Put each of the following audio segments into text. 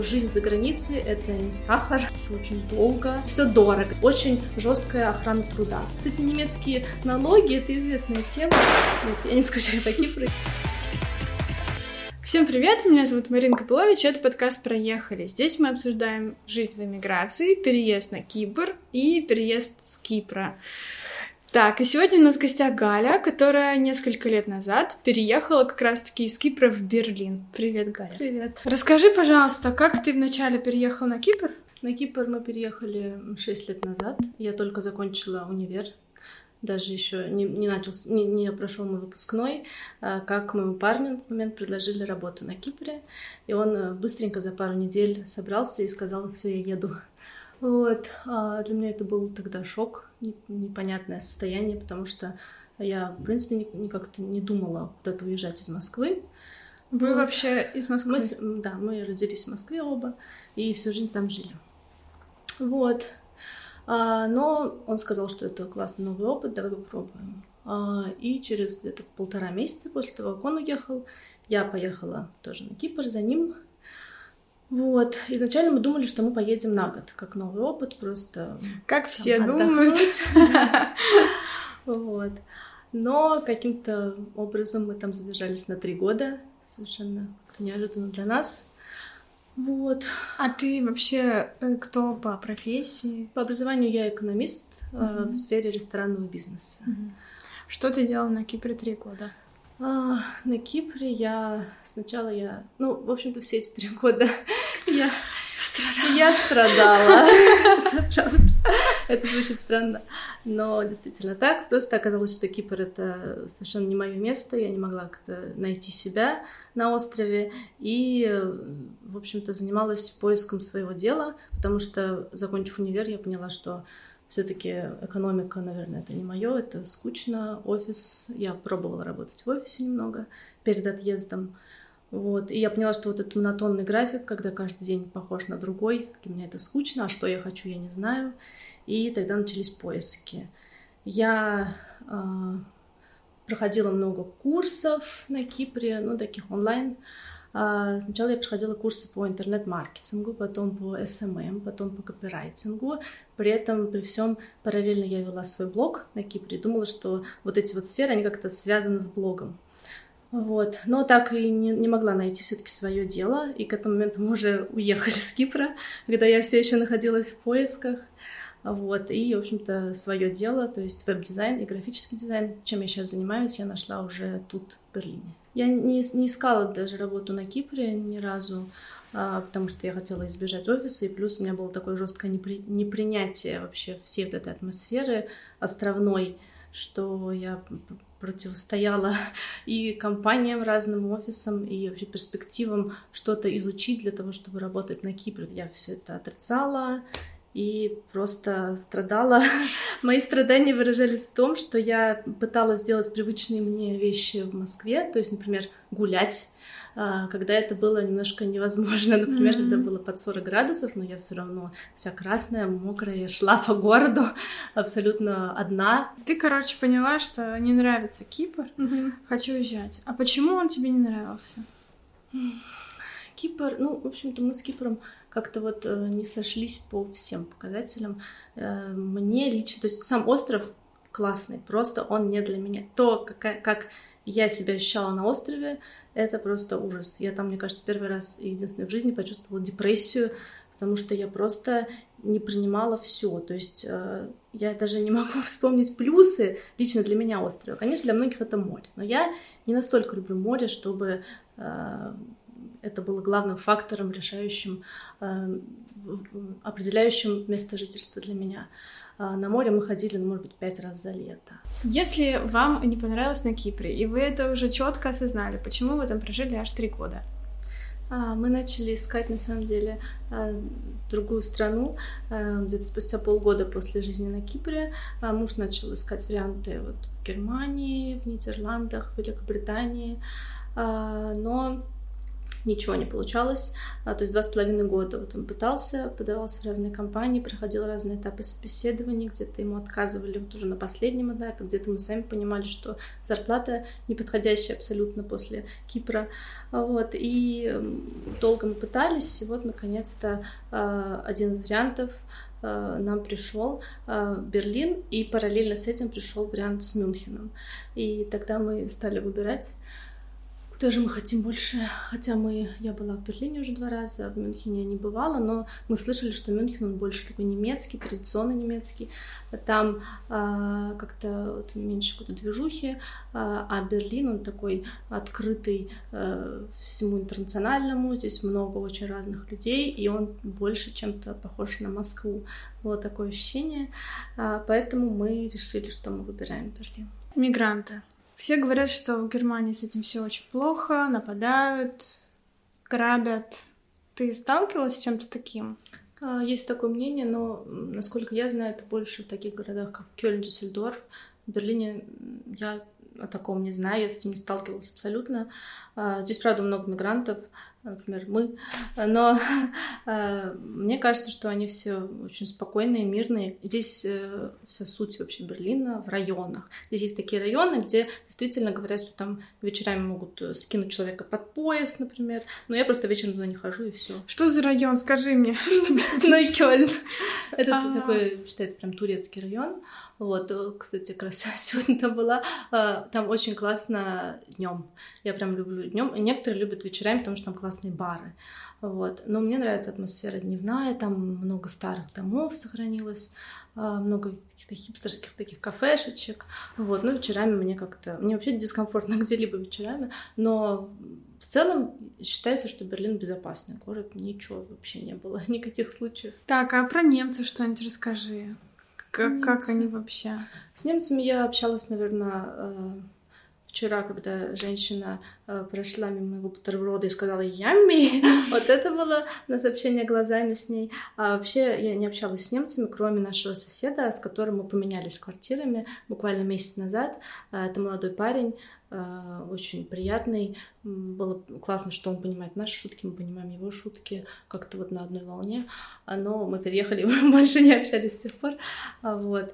Жизнь за границей — это не сахар, все очень долго, все дорого, очень жесткая охрана труда. Эти немецкие налоги — это известная тема. Нет, я не скучаю по Кипру. Всем привет, меня зовут Марина Копылович, это подкаст «Проехали». Здесь мы обсуждаем жизнь в эмиграции, переезд на Кипр и переезд с Кипра. Так, и сегодня у нас в гостях Галя, которая несколько лет назад переехала как раз-таки из Кипра в Берлин. Привет, Галя. Привет. Расскажи, пожалуйста, как ты вначале переехала на Кипр? На Кипр мы переехали 6 лет назад. Я только закончила универ. Даже еще не прошел мой выпускной, как моему парню на тот момент предложили работу на Кипре. И он быстренько за пару недель собрался и сказал: все, я еду. Вот. Для меня это был тогда шок, непонятное состояние, потому что я, в принципе, как-то не думала куда-то уезжать из Москвы. Вы вообще из Москвы? Мы родились в Москве оба и всю жизнь там жили. Вот. Но он сказал, что это классный новый опыт, давай попробуем. И через где-то 1,5 месяца после того, как он уехал, я поехала тоже на Кипр за ним. Вот. Изначально мы думали, что мы поедем на год, как новый опыт, просто... Как все думают. Вот. Но каким-то образом мы там задержались на 3 года, совершенно как-то неожиданно для нас. Вот. А ты вообще кто по профессии? По образованию я экономист в сфере ресторанного бизнеса. Что ты делала на Кипре 3 года? На Кипре сначала в общем-то, все эти 3 года я страдала. Это звучит странно, но действительно так. Просто оказалось, что Кипр — это совершенно не мое место. Я не могла как-то найти себя на острове. И, в общем-то, занималась поиском своего дела, потому что, закончив универ, я поняла, что все-таки экономика, наверное, это не мое, это скучно. Офис. Я пробовала работать в офисе немного перед отъездом. Вот. И я поняла, что вот этот монотонный график, когда каждый день похож на другой, для меня это скучно, а что я хочу, я не знаю. И тогда начались поиски. Я проходила много курсов на Кипре, таких онлайн. Сначала я проходила курсы по интернет-маркетингу, потом по SMM, потом по копирайтингу. При этом, при всем, параллельно я вела свой блог на Кипре и думала, что вот эти вот сферы, они как-то связаны с блогом. Вот. Но так и не могла найти все-таки свое дело. И к этому моменту мы уже уехали с Кипра, когда я все еще находилась в поисках. Вот. И, в общем-то, свое дело, то есть веб-дизайн и графический дизайн, чем я сейчас занимаюсь, я нашла уже тут, в Берлине. Я не искала даже работу на Кипре ни разу, потому что я хотела избежать офиса, и плюс у меня было такое жесткое непринятие вообще всей вот этой атмосферы островной, что я противостояла и компаниям, разным офисам, и вообще перспективам что-то изучить для того, чтобы работать на Кипре. Я все это отрицала и просто страдала. Мои страдания выражались в том, что я пыталась сделать привычные мне вещи в Москве, то есть, например, гулять, когда это было немножко невозможно. Например, когда было под 40 градусов, но я все равно вся красная, мокрая, шла по городу абсолютно одна. Ты, поняла, что не нравится Кипр, хочу уезжать. А почему он тебе не нравился? Кипр, в общем-то, мы с Кипром как-то не сошлись по всем показателям. Мне лично, то есть сам остров классный, просто он не для меня. То, как я себя ощущала на острове, это просто ужас. Я там, мне кажется, первый раз и единственный в жизни почувствовала депрессию, потому что я просто не принимала все. То есть я даже не могу вспомнить плюсы лично для меня острова. Конечно, для многих это море, но я не настолько люблю море, чтобы это было главным фактором, решающим, определяющим место жительства для меня. На море мы ходили, может быть, 5 раз за лето. Если вам не понравилось на Кипре, и вы это уже четко осознали, почему вы там прожили аж 3 года? Мы начали искать, на самом деле, другую страну. Где-то спустя полгода после жизни на Кипре муж начал искать варианты в Германии, в Нидерландах, в Великобритании. Но Ничего не получалось. То есть 2,5 года вот он пытался, подавался в разные компании, проходил разные этапы собеседований, где-то ему отказывали вот уже на последнем этапе, где-то мы сами понимали, что зарплата неподходящая абсолютно после Кипра. Вот. И долго мы пытались, и вот наконец-то один из вариантов нам пришел Берлин, и параллельно с этим пришел вариант с Мюнхеном. И тогда мы стали выбирать, куда же мы хотим больше. Хотя я была в Берлине уже 2 раза, в Мюнхене я не бывала, но мы слышали, что Мюнхен, он больше такой немецкий, традиционно немецкий. Там как-то вот меньше какой-то движухи, а Берлин, он такой открытый всему интернациональному, здесь много очень разных людей, и он больше чем-то похож на Москву. Было такое ощущение, поэтому мы решили, что мы выбираем Берлин. Мигранты. Все говорят, что в Германии с этим все очень плохо, нападают, грабят. Ты сталкивалась с чем-то таким? Есть такое мнение, но, насколько я знаю, это больше в таких городах, как Кёльн, Дюссельдорф. В Берлине я о таком не знаю, я с этим не сталкивалась абсолютно. Здесь, правда, много мигрантов, например, мы, но мне кажется, что они все очень спокойные, мирные. Здесь вся суть вообще Берлина в районах. Здесь есть такие районы, где действительно говорят, что там вечерами могут скинуть человека под пояс, например, но я просто вечером туда не хожу, и все. Что за район? Скажи мне. Ну и Кёльн. Это такой, считается, прям турецкий район. Вот, кстати, как раз сегодня там была. Там очень классно днем. Я прям люблю днем. Некоторые любят вечерами, потому что там классные бары. Вот. Но мне нравится атмосфера дневная. Там много старых домов сохранилось, много каких-то хипстерских таких кафешечек. Вот. Ну, вечерами мне вообще дискомфортно где-либо вечерами. Но в целом считается, что Берлин безопасный город. Ничего вообще не было, никаких случаев. Так, а про немцев что-нибудь расскажи. Как они вообще? С немцами я общалась, наверное, вчера, когда женщина прошла мимо моего бутерброда и сказала «Ямми!». Вот это было на сообщение глазами с ней. А вообще я не общалась с немцами, кроме нашего соседа, с которым мы поменялись квартирами буквально месяц назад. Это молодой парень, очень приятный. Было классно, что он понимает наши шутки, мы понимаем его шутки, как-то вот на одной волне. Но мы переехали, мы больше не общались с тех пор. Вот.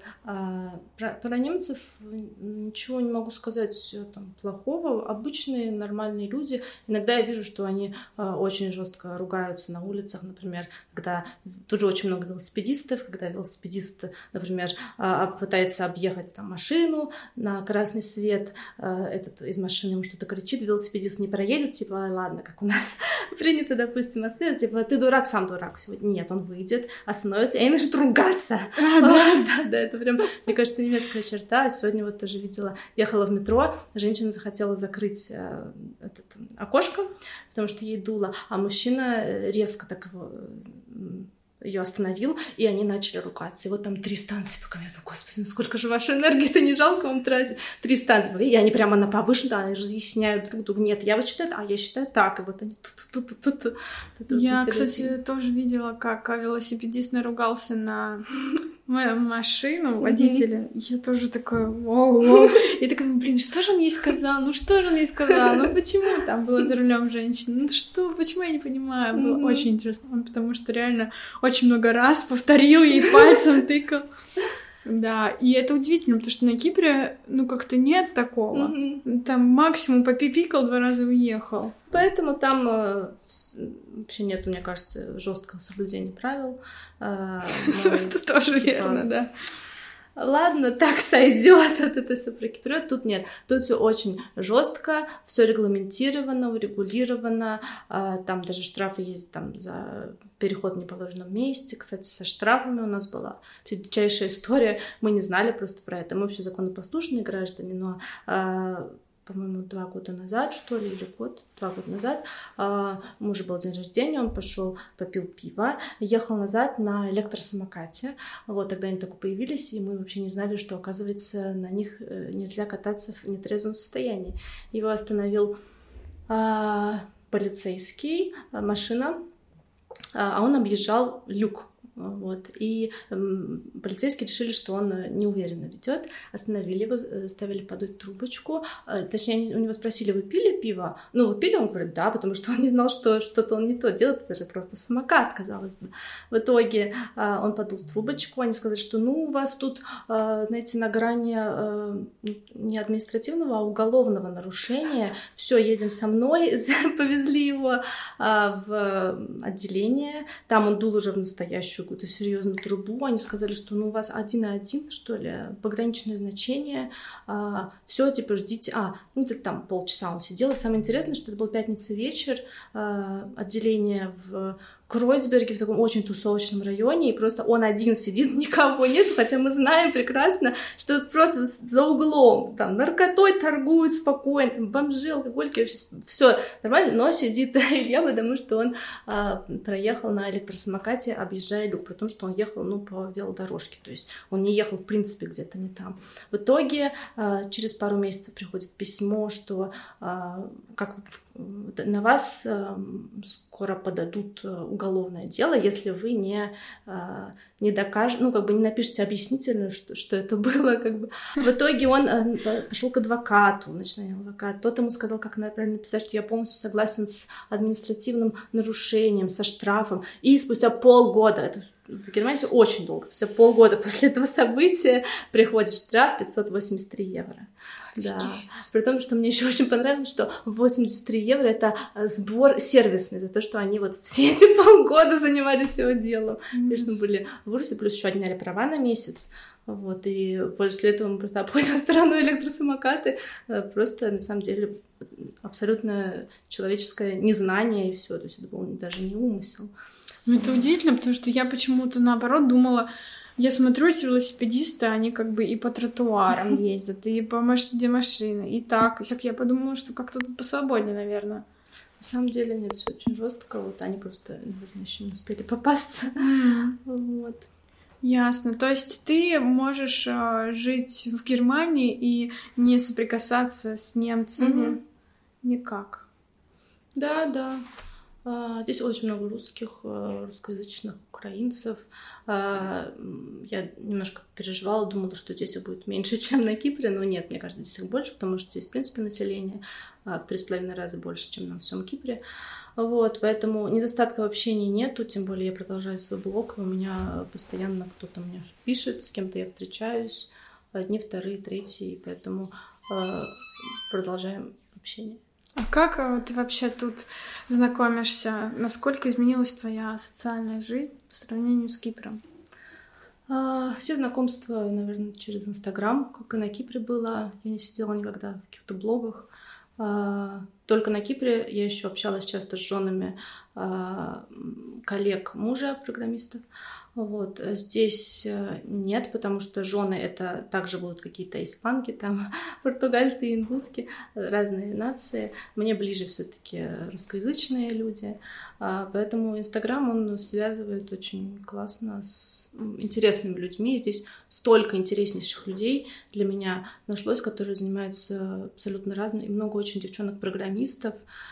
Про немцев ничего не могу сказать там плохого. Обычные, нормальные люди. Иногда я вижу, что они очень жестко ругаются на улицах, например, когда тут же очень много велосипедистов, когда велосипедист, например, пытается объехать там машину на красный свет, этот из машины ему что-то кричит, велосипедист не проедет, типа, ладно, как у нас принято, допустим, на свет, типа, ты дурак, сам дурак. Сегодня нет, он выйдет, остановится, и начнет ругаться. Да, это прям, мне кажется, немецкая черта. Сегодня вот тоже видела, ехала в метро, женщина захотела закрыть окошко, потому что ей дуло, а мужчина резко так ее остановил, и они начали ругаться. И вот там 3 станции, пока я думаю, господи, ну сколько же вашей энергии-то не жалко вам тратить. 3 станции, и они прямо на повышенном, они разъясняют друг другу. Нет, я вот считаю, а я считаю так. И вот они тут. Я, кстати, тоже видела, как велосипедист наругался на мою машину, водителя. Я тоже такая, вау. Я такая, блин, что же он ей сказал? Ну почему там была за рулем женщина? Ну что, почему я не понимаю? Было очень интересно. Он потому что реально очень много раз повторил ей, пальцем тыкал. Да, и это удивительно, потому что на Кипре, как-то нет такого. Там максимум попипикал, 2 раза уехал. Поэтому там вообще нет, мне кажется, жесткого соблюдения правил. Это тоже верно, да. Ладно, так сойдет, это все прокипрет. Тут нет. Тут все очень жестко, все регламентировано, урегулировано. Там даже штрафы есть там за переход в неположенном месте. Кстати, со штрафами у нас была дичайшая история. Мы не знали просто про это. Мы вообще законопослушные граждане, но по-моему, 2 года назад, что ли, или 2 года назад, у мужа был день рождения, он пошел, попил пиво, ехал назад на электросамокате. Вот, тогда они только появились, и мы вообще не знали, что, оказывается, на них нельзя кататься в нетрезвом состоянии. Его остановил полицейский, машина, а он объезжал люк Вот. И полицейские решили, что он неуверенно ведет, остановили его, заставили подуть трубочку. Точнее, у него спросили, вы пили пиво? Ну, вы пили? Он говорит, да, потому что он не знал, что что-то он не то делает, это же просто самокат, казалось бы. В итоге он подул трубочку, они сказали, что ну, у вас тут, знаете, на грани не административного, а уголовного нарушения. Все, едем со мной. Повезли его в отделение. Там он дул уже в настоящую какую-то серьезную трубу. Они сказали, что ну, у вас 1,1, что ли, пограничное значение. Все, типа, ждите. Ну, где-то там полчаса он сидел. И самое интересное, что это был пятница вечер, отделение в Кройцберге, в таком очень тусовочном районе, и просто он один сидит, никого нет, хотя мы знаем прекрасно, что просто за углом, там, наркотой торгуют спокойно, там, бомжи, алкоголики, вообще все нормально, но сидит Илья, потому что он проехал на электросамокате, объезжая люк, при том, что он ехал, ну, по велодорожке, то есть он не ехал, в принципе, где-то не там. В итоге через пару месяцев приходит письмо, что как на вас скоро подадут уголовное дело, если вы не докажете, ну, как бы не напишите объяснительную, что это было, как бы. В итоге он пошел к адвокату, ночной адвокат. Тот ему сказал, как правильно написать, что я полностью согласен с административным нарушением, со штрафом. И спустя полгода, это в Германии очень долго, спустя полгода после этого события приходит штраф 583 евро. Да. При том, что мне еще очень понравилось, что 83 евро — это сбор сервисный, за то, что они вот все эти полгода занимались его делом. Конечно, были в ужасе, плюс еще отняли права на месяц. Вот, и после этого мы просто обходим стороной электросамокаты. Просто, на самом деле, абсолютно человеческое незнание, и все. То есть это был даже не умысел. Ну, это удивительно, потому что я почему-то, наоборот, думала... Я смотрю, эти велосипедисты, они как бы и по тротуарам ездят, и по где машины, и так. Я подумала, что как-то тут посвободнее, наверное. На самом деле нет, все очень жестко. Вот они просто, наверное, еще не успели попасться. Вот. Ясно. То есть ты можешь жить в Германии и не соприкасаться с немцами никак? Да. Здесь очень много русских, русскоязычных украинцев. Я немножко переживала, думала, что здесь их будет меньше, чем на Кипре, но нет, мне кажется, здесь их больше, потому что здесь, в принципе, население в 3,5 раза больше, чем на всем Кипре. Вот, поэтому недостатка в общении нету, тем более я продолжаю свой блог, у меня постоянно кто-то мне пишет, с кем-то я встречаюсь, одни, вторые, третьи, поэтому продолжаем общение. А как ты вообще тут знакомишься? Насколько изменилась твоя социальная жизнь по сравнению с Кипром? Все знакомства, наверное, через Инстаграм, как и на Кипре было. Я не сидела никогда в каких-то блогах. Только на Кипре я еще общалась часто с женами коллег мужа, программистов. Вот. Здесь нет, потому что жены это также будут какие-то испанки, там, португальцы, индуски, разные нации. Мне ближе все-таки русскоязычные люди. Поэтому Инстаграм, он связывает очень классно с интересными людьми. Здесь столько интереснейших людей для меня нашлось, которые занимаются абсолютно разным. И много очень девчонок-программистов.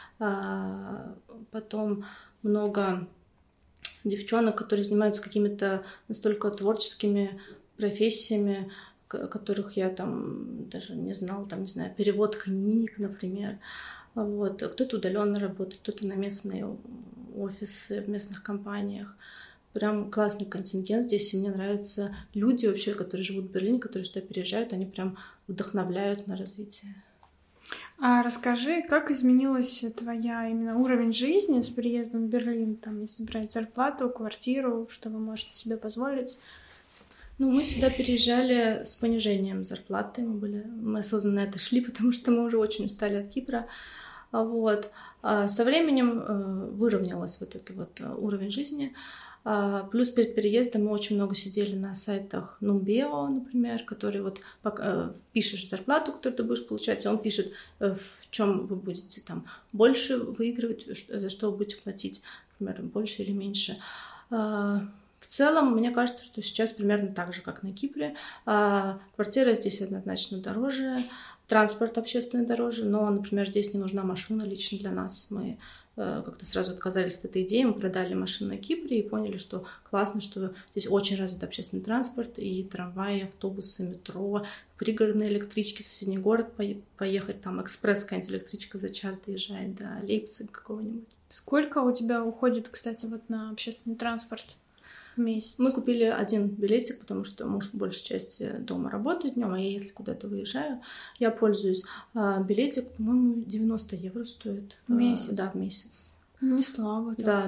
Потом много девчонок, которые занимаются какими-то настолько творческими профессиями, которых я там даже не знала, там, не знаю, перевод книг, например. Вот. Кто-то удаленно работает, кто-то на местные офисы в местных компаниях. Прям классный контингент здесь, и мне нравятся люди вообще, которые живут в Берлине, которые сюда переезжают, они прям вдохновляют на развитие. А расскажи, как изменилась твоя именно уровень жизни с переездом в Берлин? Там, если брать зарплату, квартиру, что вы можете себе позволить? Ну, мы сюда переезжали с понижением зарплаты. Мы осознанно это шли, потому что мы уже очень устали от Кипра. Вот. Со временем выровнялась вот этот вот уровень жизни. Плюс перед переездом мы очень много сидели на сайтах Numbeo, например, который вот пишешь зарплату, которую ты будешь получать, и он пишет, в чем вы будете там больше выигрывать, за что вы будете платить, например, больше или меньше. В в целом, мне кажется, что сейчас примерно так же, как на Кипре. Квартира здесь однозначно дороже, транспорт общественный дороже, но, например, здесь не нужна машина лично для нас. Мы как-то сразу отказались от этой идеи, мы продали машину на Кипре и поняли, что классно, что здесь очень развит общественный транспорт, и трамваи, автобусы, метро, пригородные электрички в соседний город поехать, там экспресс какая-нибудь электричка за час доезжает до Лейпцига какого-нибудь. Сколько у тебя уходит, кстати, вот на общественный транспорт в месяц? Мы купили один билетик, потому что муж большей части дома работает днем, а я, если куда-то выезжаю, я пользуюсь. Билетик, по-моему, 90 евро стоит. В месяц? Да, в месяц. Не слабо. Да.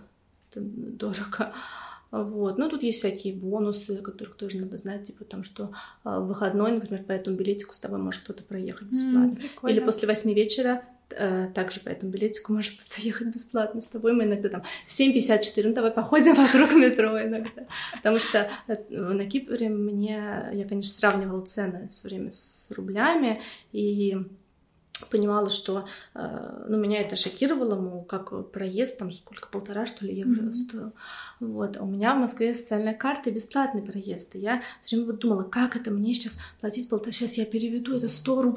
Это дорого. Вот. Ну, тут есть всякие бонусы, которых тоже надо знать, типа там, что в выходной, например, по этому билетику с тобой может кто-то проехать бесплатно. Или после 8 вечера также по этому билетику может кто-то ехать бесплатно с тобой. Мы иногда там 7:54, давай походим вокруг метро иногда. Потому что на Кипре я, конечно, сравнивала цены все время с рублями, и понимала, что меня это шокировало, мол, как проезд, там сколько, 1,5, что ли, евро стоил. Вот. А у меня в Москве социальная карта и бесплатный проезд. И я все время вот думала, как это мне сейчас платить 1,5, сейчас я переведу, это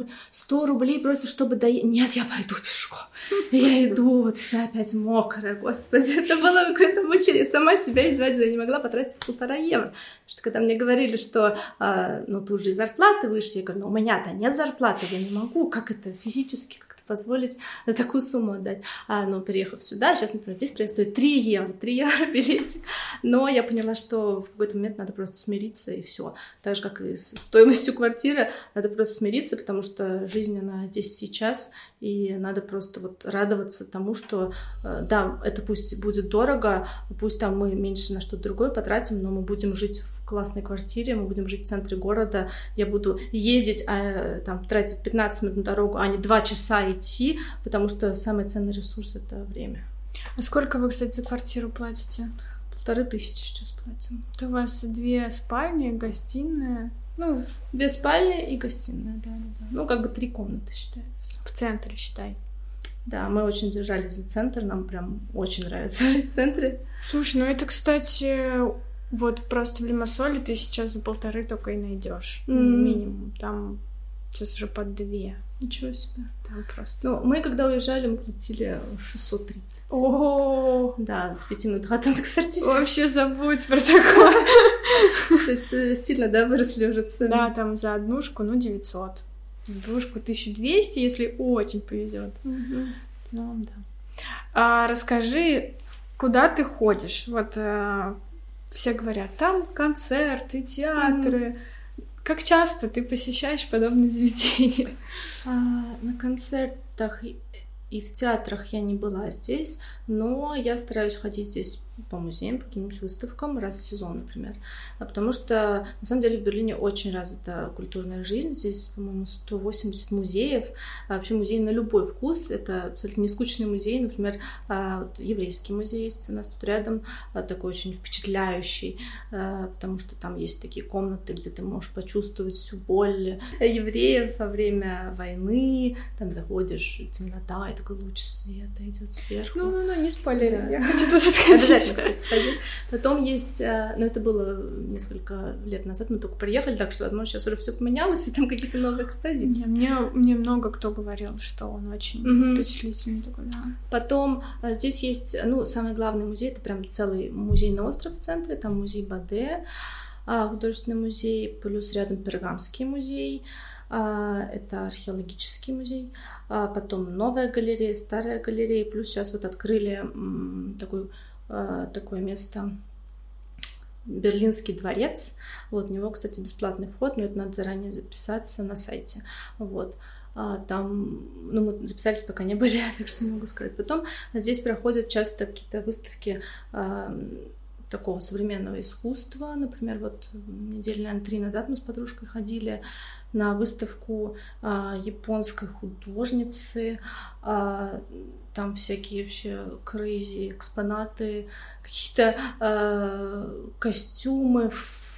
100 рублей просто, чтобы доехать. Нет, я пойду пешком. И я иду, вот вся опять мокрая, господи, это было какое-то мучение. Сама себя изводила, я не могла потратить 1,5 евро. Потому что когда мне говорили, что ты уже и зарплаты выше, я говорю, у меня-то нет зарплаты, я не могу, как это физически как-то позволить такую сумму отдать. Переехав сюда, сейчас, например, здесь проезд стоит 3 евро билетик. Но я поняла, что в какой-то момент надо просто смириться, и все. Так же, как и с стоимостью квартиры, надо просто смириться, потому что жизнь, она здесь сейчас, и надо просто вот радоваться тому, что, да, это пусть будет дорого, пусть там мы меньше на что-то другое потратим, но мы будем жить в классной квартире, мы будем жить в центре города, я буду ездить, тратить 15 минут на дорогу, а не 2 часа идти, потому что самый ценный ресурс — это время. А сколько вы, кстати, за квартиру платите? 1500 сейчас платим. Это у вас 2 спальни, гостиная? 2 спальни и гостиная, да. 3 комнаты считается. В центре, считай. Да, мы очень держались за центр, нам прям очень нравится жить в центре. Слушай, это, кстати, вот просто в Лимассоле ты сейчас за 1,5 только и найдешь. Минимум. Там сейчас уже под 2. Ничего себе. Там просто... мы когда уезжали, мы платили 630. О, да, в 5 минутах от Анксартиси. Вообще забудь про такое. То есть сильно, да, выросли уже цены? Да, там за однушку, 900. Двушку 1200, если очень повезет. Да. Расскажи, куда ты ходишь? Вот все говорят, там концерты, театры. Как часто ты посещаешь подобные заведения? На концертах и в театрах я не была здесь, но я стараюсь ходить здесь по музеям, по каким-нибудь выставкам раз в сезон, например. Потому что, на самом деле, в Берлине очень развита культурная жизнь. Здесь, по-моему, 180 музеев. Вообще музей на любой вкус. Это абсолютно не скучный музей. Например, еврейский музей есть у нас тут рядом, такой очень впечатляющий, потому что там есть такие комнаты, где ты можешь почувствовать всю боль евреев во время войны. Там заходишь, темнота, и такой луч света идет сверху. Не спойлери, я хочу туда сходить. Сходить. Потом есть, это было несколько лет назад, мы только приехали, так что, возможно, сейчас уже все поменялось, и там какие-то новые экспозиции. Мне много кто говорил, что он очень впечатлительный такой, да. Потом здесь есть, самый главный музей, это прям целый музейный остров в центре, там музей Баде, художественный музей, плюс рядом Пергамский музей, это археологический музей, потом новая галерея, старая галерея, плюс сейчас вот открыли такое место, Берлинский дворец. Вот, у него, кстати, бесплатный вход, но это надо заранее записаться на сайте. Вот. Там, мы записались, пока не были, так что не могу сказать. Потом здесь проходят часто какие-то выставки такого современного искусства. Например, вот недели, наверное, 3 назад мы с подружкой ходили на выставку японской художницы. Там всякие вообще крейзи экспонаты, какие-то костюмы,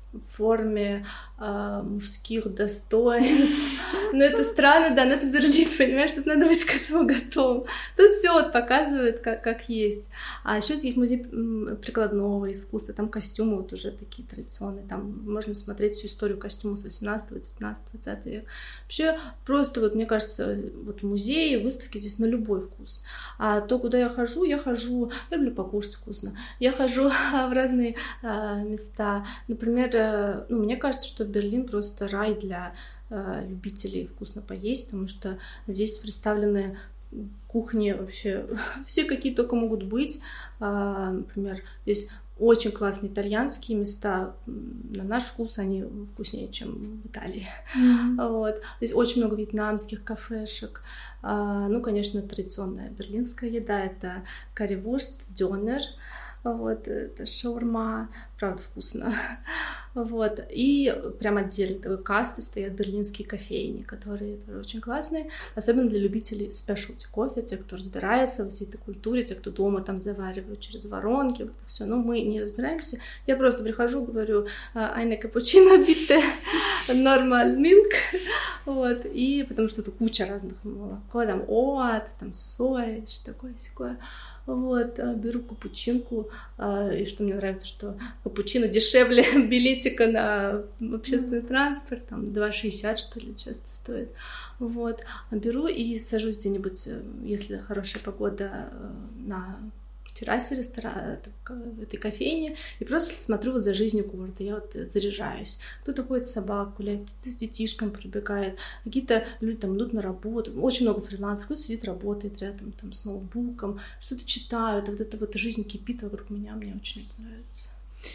в форме мужских достоинств. Но это странно, да, но это Берлин, понимаешь, тут надо быть к этому готовым. Тут все вот показывает, как есть. А еще есть музей прикладного искусства, там костюмы вот уже такие традиционные, там можно смотреть всю историю костюма с 18, 19, 20 века. Вообще просто вот, мне кажется, вот музеи, выставки здесь на любой вкус. А то, куда я хожу, я люблю покушать вкусно, я хожу в разные места. Например, мне кажется, что Берлин просто рай для любителей вкусно поесть, потому что здесь представлены кухни вообще все, какие только могут быть. Например, здесь очень классные итальянские места. На наш вкус они вкуснее, чем в Италии. Вот. Здесь очень много вьетнамских кафешек. Конечно, традиционная берлинская еда — это карривурст, дёнер. Вот, это шаурма, правда, вкусно. Вот, и прям отдельно такой касты стоят берлинские кофейни, которые тоже очень классные, особенно для любителей спешлти кофе, те, кто разбирается во всей этой культуре, те, кто дома там заваривают через воронки, вот это все. Но мы не разбираемся. Я просто прихожу, говорю: «Eine cappuccino bitte, normal milk». Вот, и потому что тут куча разных молоко, там оат, там соя, что такое-сякое. Вот, беру капучинку, и что мне нравится, что капучино дешевле билетика на общественный транспорт, там 2,60, что ли, часто стоит. Вот, беру и сажусь где-нибудь, если хорошая погода, на террасе ресторана, этой кофейни, и просто смотрю вот за жизнью города, я вот заряжаюсь. Кто-то ходит с собакой гуляет, кто-то с детишками прибегает, какие-то люди там идут на работу, очень много фрилансов, кто-то сидит, работает рядом там с ноутбуком, что-то читают, вот эта вот жизнь кипит вокруг меня, мне очень это нравится.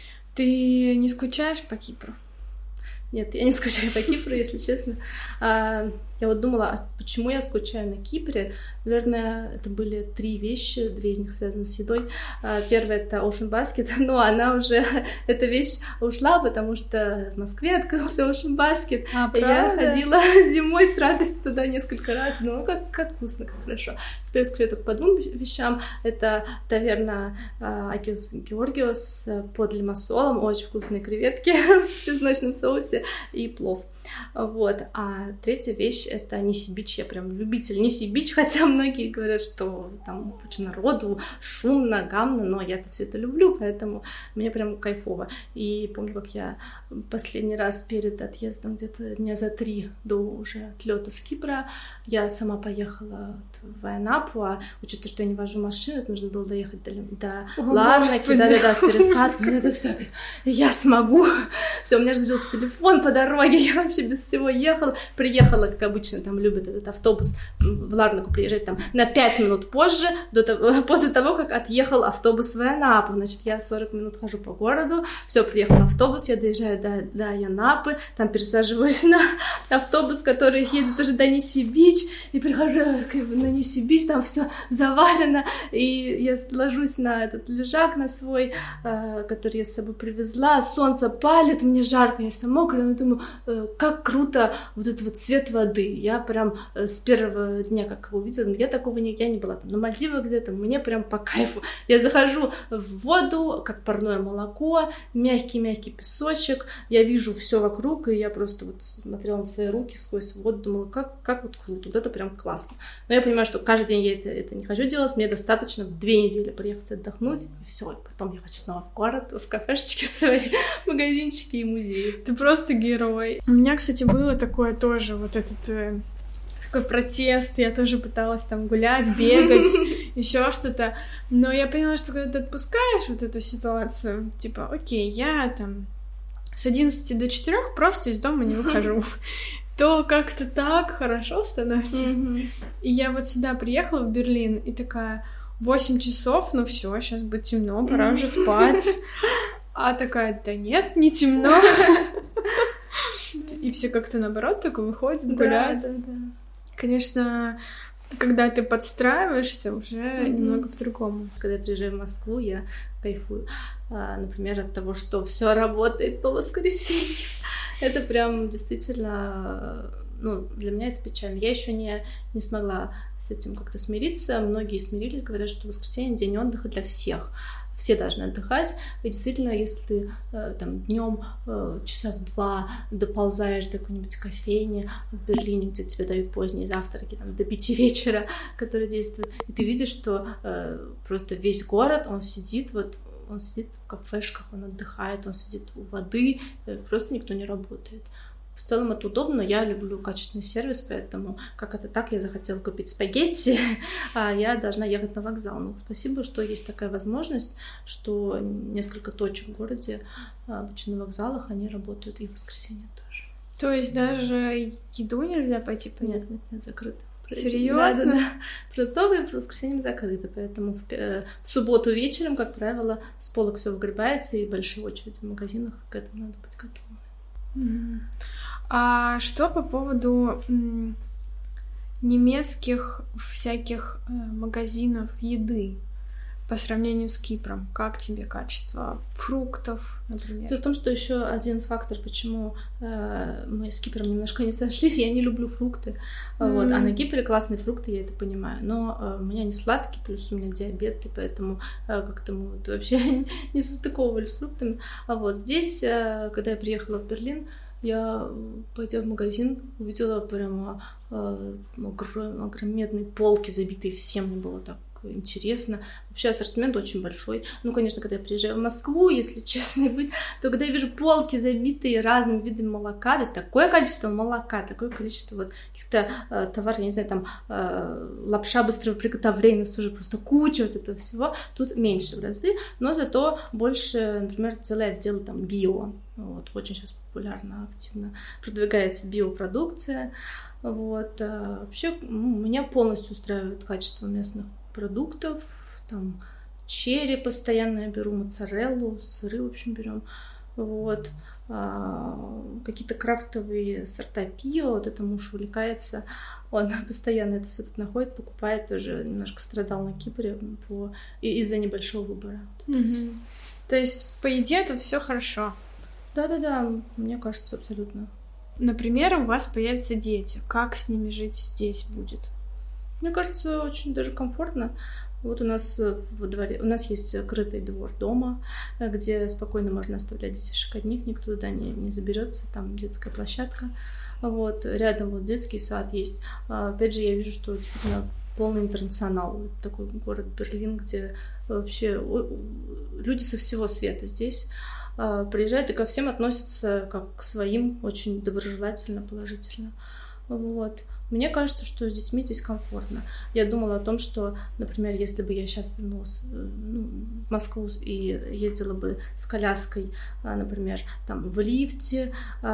Ты не скучаешь по Кипру? Нет, я не скучаю по Кипру, если честно. Я вот думала, почему я скучаю на Кипре. Наверное, это были 3 вещи, 2 из них связаны с едой. Первая — это Ocean Basket, но она уже, эта вещь ушла, потому что в Москве открылся Ocean Basket. Я ходила зимой с радостью туда несколько раз. Ну, как вкусно, как хорошо. Теперь я скучаю только по 2 вещам. Это таверна Акиос Георгиос под Лимассолом, очень вкусные креветки в чесночном соусе и плов. Вот. А 3-я вещь — это Ниси-Бич. Я прям любитель Ниси-Бич, хотя многие говорят, что там куча народу, шумно, гамно, но я-то все это люблю, поэтому мне прям кайфово. И помню, как я последний раз перед отъездом, где-то дня за 3 до уже отлета с Кипра, я сама поехала в Айанапу, а учитывая, что я не вожу машину, это нужно было доехать до Ларнаки, да, с пересадкой, это все, я смогу. Все, у меня же сделался телефон по дороге, я вообще без всего приехала, как обычно, там любят этот автобус в Ларнаку приезжать там на 5 минут позже, после того, как отъехал автобус в Айанапу. Значит, я 40 минут хожу по городу, все, приехал автобус, я доезжаю до Айанапы, там пересаживаюсь на автобус, который едет уже до Ниси-Бич, и прихожу на Ниси-Бич, там все завалено, и я ложусь на этот лежак на свой, который я с собой привезла, солнце палит, мне жарко, я вся мокрая, но думаю, как круто вот этот вот цвет воды. Я прям с первого дня, как его увидела, я не была там на Мальдивах где-то, мне прям по кайфу. Я захожу в воду, как парное молоко, мягкий-мягкий песочек, я вижу все вокруг, и я просто вот смотрела на свои руки сквозь воду, думала, как вот круто, вот это прям классно. Но я понимаю, что каждый день я это не хочу делать, мне достаточно 2 недели приехать отдохнуть, и все, и потом я хочу снова в город, в кафешечки свои, магазинчики и музеи. Ты просто герой. У меня, кстати, было такое тоже, вот этот такой протест, я тоже пыталась там гулять, бегать, еще что-то, но я поняла, что когда ты отпускаешь вот эту ситуацию, типа, окей, я там с 11 до 4 просто из дома не выхожу, то как-то так хорошо становится. И я вот сюда приехала, в Берлин, и такая, 8 часов, ну все, сейчас будет темно, пора уже спать. А такая, да нет, не темно. И все как-то наоборот только выходят гулять. Да. Конечно, когда ты подстраиваешься, уже немного по-другому. Когда я приезжаю в Москву, я кайфую. Например, от того, что все работает по воскресеньям. Это прям действительно... для меня это печально. Я еще не смогла с этим как-то смириться. Многие смирились, говорят, что воскресенье — день отдыха для всех. все должны отдыхать. И действительно, если ты там днем часа в 2 доползаешь до какой-нибудь кофейни в Берлине, где тебе дают поздние завтраки там, до 5 вечера, которые действуют, и ты видишь, что просто весь город, он сидит в кафешках, он отдыхает, он сидит у воды, просто никто не работает. В целом это удобно, я люблю качественный сервис, поэтому как это так, я захотела купить спагетти, а я должна ехать на вокзал. Ну, спасибо, что есть такая возможность, что несколько точек в городе, обычно на вокзалах, они работают и в воскресенье тоже. То есть даже еду нельзя пойти понять? Нет, закрыто. Серьезно? Да. Продуктовые по воскресеньям закрыты, поэтому в субботу вечером, как правило, с полок все выгребается, и большие очереди в магазинах, к этому надо быть готовым. А что по поводу немецких всяких магазинов еды по сравнению с Кипром? Как тебе качество фруктов, например? Дело в том, что еще один фактор, почему мы с Кипром немножко не сошлись, я не люблю фрукты. Вот. А на Кипре классные фрукты, я это понимаю. Но у меня не сладкий, плюс у меня диабет, и поэтому как-то мы вот вообще не состыковывались с фруктами. А вот здесь, когда я приехала в Берлин, я, пойдя в магазин, увидела прямо огромные полки, забитые всем, мне было так интересно. Вообще ассортимент очень большой. Ну, конечно, когда я приезжаю в Москву, если честно быть, то когда я вижу полки, забитые разными видами молока, то есть такое количество молока, такое количество вот каких-то товаров, я не знаю, там лапша быстрого приготовления, у нас тоже просто куча вот этого всего, тут меньше в разы, но зато больше, например, целый отдел там био. Вот, очень сейчас популярно, активно продвигается биопродукция. Вот. Вообще, меня полностью устраивает качество местных продуктов. Там черри постоянно я беру, моцареллу, сыры, в общем, берем. Вот. Какие-то крафтовые сорта пиво, вот это муж увлекается. Он постоянно это все тут находит, покупает, тоже немножко страдал на Кипре из-за небольшого выбора. То есть, по еде тут все хорошо? Да, мне кажется, абсолютно. Например, у вас появятся дети. Как с ними жить здесь будет? Мне кажется, очень даже комфортно. Вот у нас во дворе, у нас есть крытый двор дома, где спокойно можно оставлять детишек одних, никто туда не заберется, там детская площадка. Вот, рядом вот детский сад есть. Опять же, я вижу, что действительно полный интернационал. Это такой город Берлин, где вообще люди со всего света здесь приезжают и ко всем относятся как к своим, очень доброжелательно, положительно. Вот. Мне кажется, что с детьми здесь комфортно. Я думала о том, что, например, если бы я сейчас вернулась в Москву и ездила бы с коляской, например, там в лифте,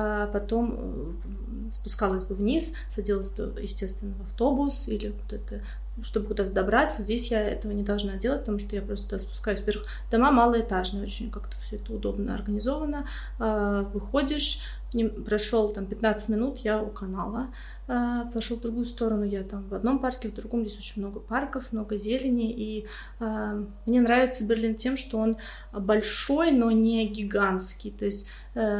потом спускалась бы вниз, садилась бы, естественно, в автобус или куда-то, чтобы куда-то добраться. Здесь я этого не должна делать, потому что я просто спускаюсь. Во-первых, дома малоэтажные, очень как-то все это удобно организовано. Выходишь, прошел там 15 минут, я у канала, пошел в другую сторону, я там в одном парке, в другом. Здесь очень много парков, много зелени, и мне нравится Берлин тем, что он большой, но не гигантский, то есть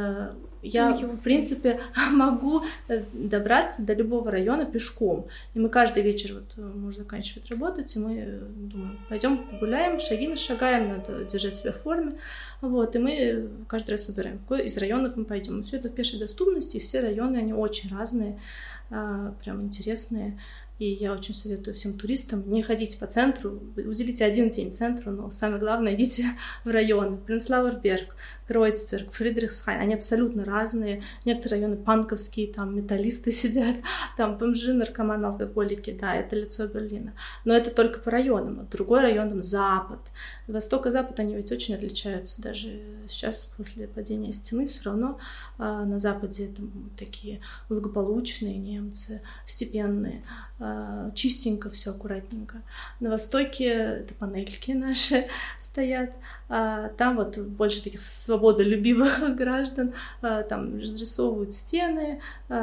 я, в принципе, могу добраться до любого района пешком. И мы каждый вечер, вот муж заканчивает работать, и мы думаем, пойдем погуляем, шаги нашагаем, надо держать себя в форме. Вот, и мы каждый раз выбираем, в какой из районов мы пойдем. Все это в пешей доступности, и все районы, они очень разные, прям интересные. И я очень советую всем туристам не ходить по центру, уделите один день центру, но самое главное, идите в районы. Пренцлауэр Берг, Кройцберг, Фридрихсхайн, они абсолютно разные. Некоторые районы панковские, там металлисты сидят, там бомжи, наркоманы, алкоголики, да, это лицо Берлина. Но это только по районам. Другой район, там, Запад. Восток и Запад, они ведь очень отличаются. Даже сейчас, после падения стены, все равно на Западе там такие благополучные немцы, степенные, чистенько, все аккуратненько. На Востоке это панельки наши стоят, там вот больше таких свободолюбивых граждан, там разрисовывают стены,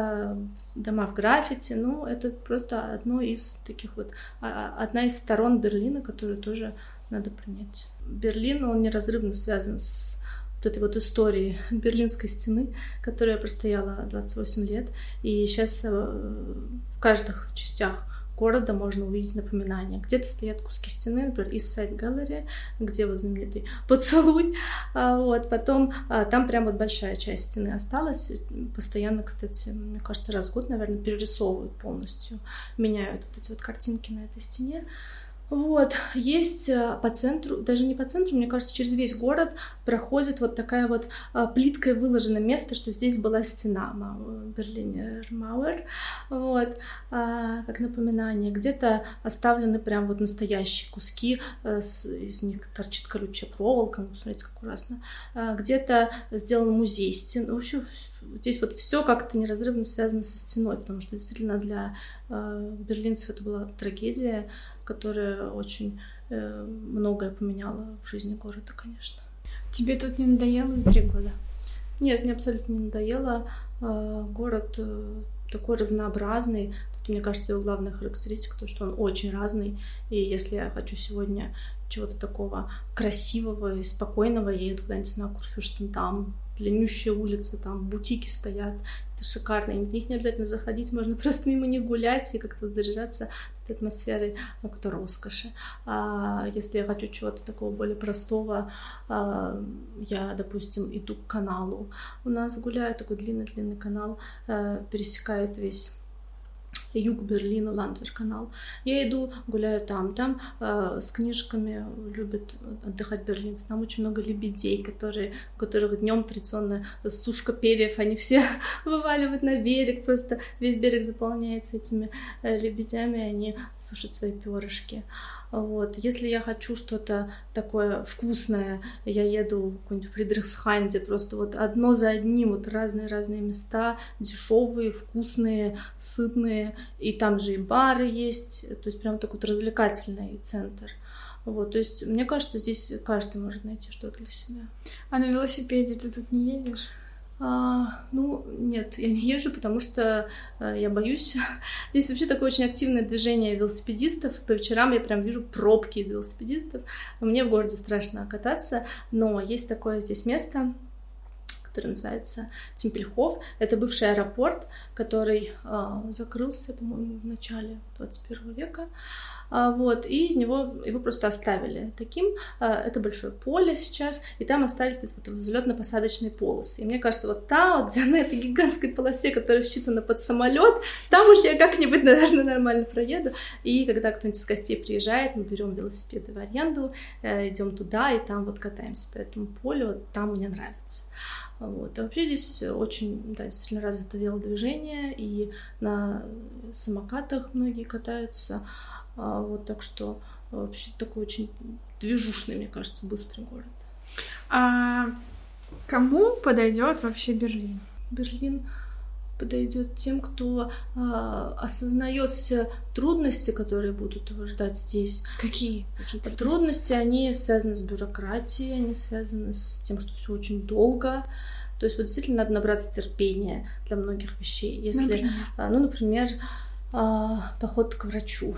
дома в граффити. Ну, это просто одна из сторон Берлина, которую тоже надо принять. Берлин, он неразрывно связан с вот этой вот историей Берлинской стены, которая простояла 28 лет, и сейчас в каждых частях города можно увидеть напоминания. Где-то стоят куски стены, например, East Side Gallery, где вот знаменитый поцелуй. Вот, потом там прям вот большая часть стены осталась. Постоянно, кстати, мне кажется, раз в год, наверное, перерисовывают полностью, меняют вот эти вот картинки на этой стене. Вот, есть по центру, даже не по центру, мне кажется, через весь город проходит вот такая вот плиткой выложено место, что здесь была стена Берлинер Мауэр, вот, как напоминание. Где-то оставлены прям вот настоящие куски, из них торчит колючая проволока, ну, смотрите, как ужасно. Где-то сделан музей стен. В общем, здесь вот все как-то неразрывно связано со стеной, потому что действительно для берлинцев это была трагедия, которая очень многое поменяла в жизни города, конечно. Тебе тут не надоело за 3 года? Нет, мне абсолютно не надоело. Город такой разнообразный. Тут, мне кажется, его главная характеристика то, что он очень разный. И если я хочу сегодня чего-то такого красивого и спокойного, я еду куда-нибудь на Курфюрштен, там длиннющие улицы, там бутики стоят, это шикарно, и в них не обязательно заходить, можно просто мимо них гулять и как-то вот заряжаться этой атмосферой какой-то роскоши. Если я хочу чего-то такого более простого, я, допустим, иду к каналу. У нас гуляю, такой длинный-длинный канал, пересекает весь юг Берлина, Ландвер-канал. Я иду, гуляю там с книжками любят отдыхать берлинцы. Там очень много лебедей, у которых днем традиционная сушка перьев, они все вываливают на берег, просто весь берег заполняется этими лебедями, они сушат свои перышки. Вот. Если я хочу что-то такое вкусное, я еду в какой-нибудь Фридрихсхайн, где просто вот одно за одним вот разные места, дешевые, вкусные, сытные, и там же и бары есть, то есть прям такой вот развлекательный центр. Вот, то есть, мне кажется, здесь каждый может найти что-то для себя. А на велосипеде ты тут не ездишь? Ну, нет, я не езжу, потому что я боюсь. Здесь вообще такое очень активное движение велосипедистов. По вечерам я прям вижу пробки из велосипедистов. Мне в городе страшно кататься, но есть такое здесь место, который называется Темпельхоф. Это бывший аэропорт, который закрылся, по-моему, в начале 21 века. Вот, и из него его просто оставили таким. Это большое поле сейчас, и там остались вот взлетно-посадочные полосы. И мне кажется, вот там, вот, где на этой гигантской полосе, которая рассчитана под самолет, там уж я как-нибудь, наверное, нормально проеду. И когда кто-нибудь из гостей приезжает, мы берем велосипеды в аренду, идем туда, и там вот катаемся по этому полю. Вот там мне нравится. Вот. А вообще здесь очень, да, действительно развито велодвижение, и на самокатах многие катаются. Вот, так что вообще такой очень движушный, мне кажется, быстрый город. А кому подойдет вообще Берлин? Берлин подойдет тем, кто осознает все трудности, которые будут его ждать здесь. Какие трудности? Они связаны с бюрократией, они связаны с тем, что все очень долго. То есть вот действительно надо набраться терпения для многих вещей. Если, например, поход к врачу.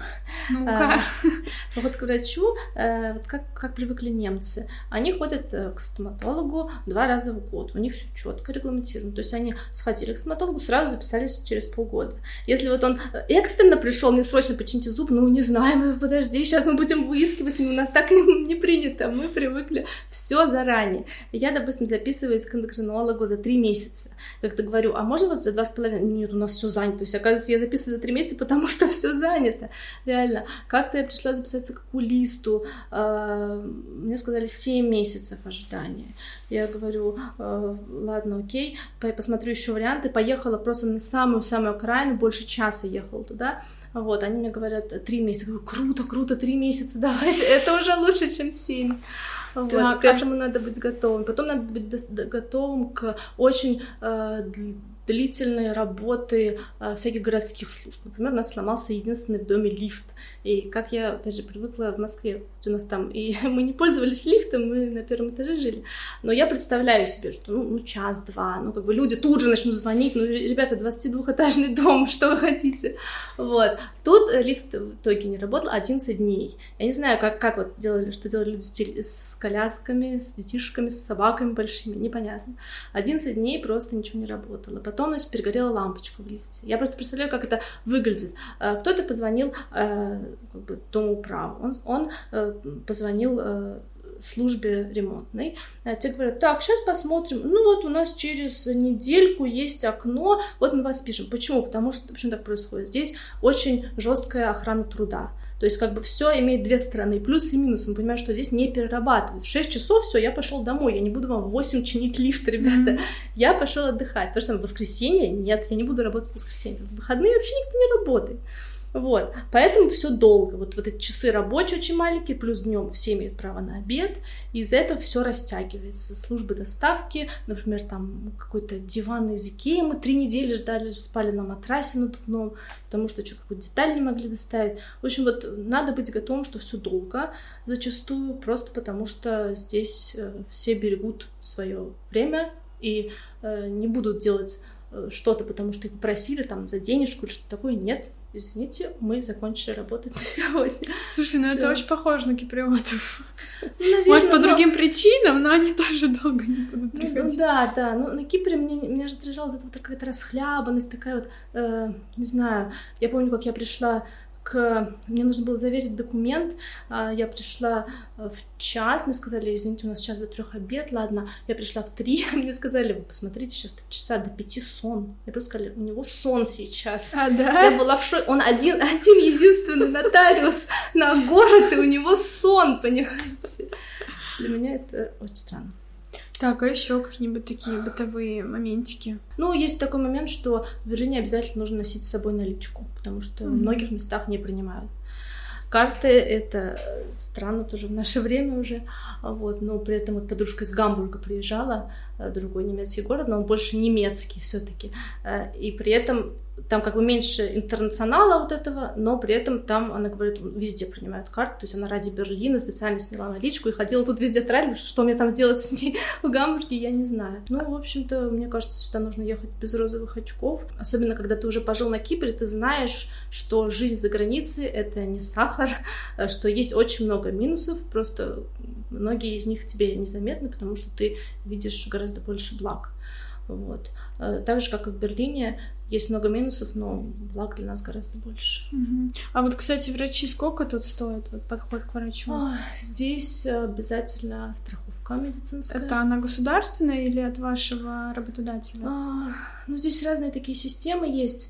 Поход к врачу, вот как привыкли немцы. Они ходят к стоматологу 2 раза в год. У них все четко регламентировано. То есть они сходили к стоматологу, сразу записались через полгода. Если вот он экстренно пришел, мне срочно почините зуб, ну не знаю, подожди, сейчас мы будем выискивать, у нас так не принято, мы привыкли все заранее. Я, допустим, записываюсь к эндокринологу за 3 месяца. Как-то говорю, а можно вас за 2,5? Нет, у нас все занято. То есть, оказывается, я записываю за 3 месяца, потому что все занято. Реально. Как-то я пришла записаться к окулисту. Мне сказали 7 месяцев ожидания. Я говорю, ладно, окей, посмотрю еще варианты. Поехала просто на самую-самую окраину, больше часа ехала туда. Вот, они мне говорят 3 месяца. Я говорю, круто, 3 месяца, давайте. Это уже лучше, чем 7. Вот, к этому надо быть готовым. Потом надо быть готовым к очень длительной работы всяких городских служб. Например, у нас сломался единственный в доме лифт. И как я, опять же, привыкла в Москве, у нас там, и мы не пользовались лифтом, мы на 1-м этаже жили. Но я представляю себе, что час-два, как бы люди тут же начнут звонить, ребята, 22-этажный дом, что вы хотите? Вот. Тут лифт в итоге не работал 11 дней. Я не знаю, как вот что делали люди с колясками, с детишками, с собаками большими, непонятно. 11 дней просто ничего не работало. Потом потом, значит, перегорела лампочка в лифте. Я просто представляю, как это выглядит. Кто-то позвонил домоуправу, он позвонил службе ремонтной. Те говорят, так, сейчас посмотрим. Ну вот у нас через недельку есть окно, вот мы вас пишем. Почему? Потому что, почему так происходит? Здесь очень жесткая охрана труда. То есть как бы все имеет две стороны, плюс и минус. Мы понимаем, что здесь не перерабатывают. В 6 часов все, я пошел домой. Я не буду вам в 8 чинить лифт, ребята. Я пошел отдыхать. Потому что в воскресенье нет, я не буду работать в воскресенье. В выходные вообще никто не работает. Вот, поэтому все долго. Вот эти часы рабочие очень маленькие, плюс днем все имеют право на обед, и из-за этого все растягивается. Службы доставки, например, там какой-то диван из Икеи мы 3 недели ждали, спали на матрасе надувном, потому что что-то какую-то деталь не могли доставить. В общем, вот надо быть готовым, что все долго, зачастую просто потому, что здесь все берегут свое время и не будут делать что-то, потому что их попросили там за денежку или что-то такое. Нет. Извините, мы закончили работать на сегодня. Слушай, ну это очень похоже на киприотов. Наверное, может, по другим причинам, но они тоже долго не будут приходить. Ну да. Ну, на Кипре меня раздражала вот эта какая-то расхлябанность, такая вот, не знаю, я помню, как я пришла мне нужно было заверить документ, я пришла в час, мне сказали, извините, у нас час до 3 обед, ладно, я пришла в 3, мне сказали, вы посмотрите, сейчас 3 часа до 5 сон. Мне просто сказали, у него сон сейчас. А, да? Я была в шоке, он один единственный нотариус на город, и у него сон, понимаете? Для меня это очень странно. Так, а еще какие-нибудь такие бытовые моментики? Ну, есть такой момент, что в Берлине обязательно нужно носить с собой наличку, потому что в многих местах не принимают. Карты — это странно тоже в наше время уже, вот, но при этом вот подружка из Гамбурга приезжала, другой немецкий город, но он больше немецкий все-таки, и при этом там как бы меньше интернационала вот этого, но при этом там, она говорит, везде принимают карты, то есть она ради Берлина специально сняла наличку и ходила тут везде тратить, что мне там делать с ней в Гамбурге, я не знаю. Ну, в общем-то, мне кажется, сюда нужно ехать без розовых очков, особенно когда ты уже пожил на Кипре, ты знаешь, что жизнь за границей — это не сахар, что есть очень много минусов, просто многие из них тебе незаметны, потому что ты видишь гораздо больше благ. Вот. Так же, как и в Берлине, есть много минусов, но благ для нас гораздо больше. А вот, кстати, врачи сколько тут стоят, вот подход к врачу? Здесь обязательно страховка медицинская. Это она государственная или от вашего работодателя? Ну, здесь разные такие системы есть.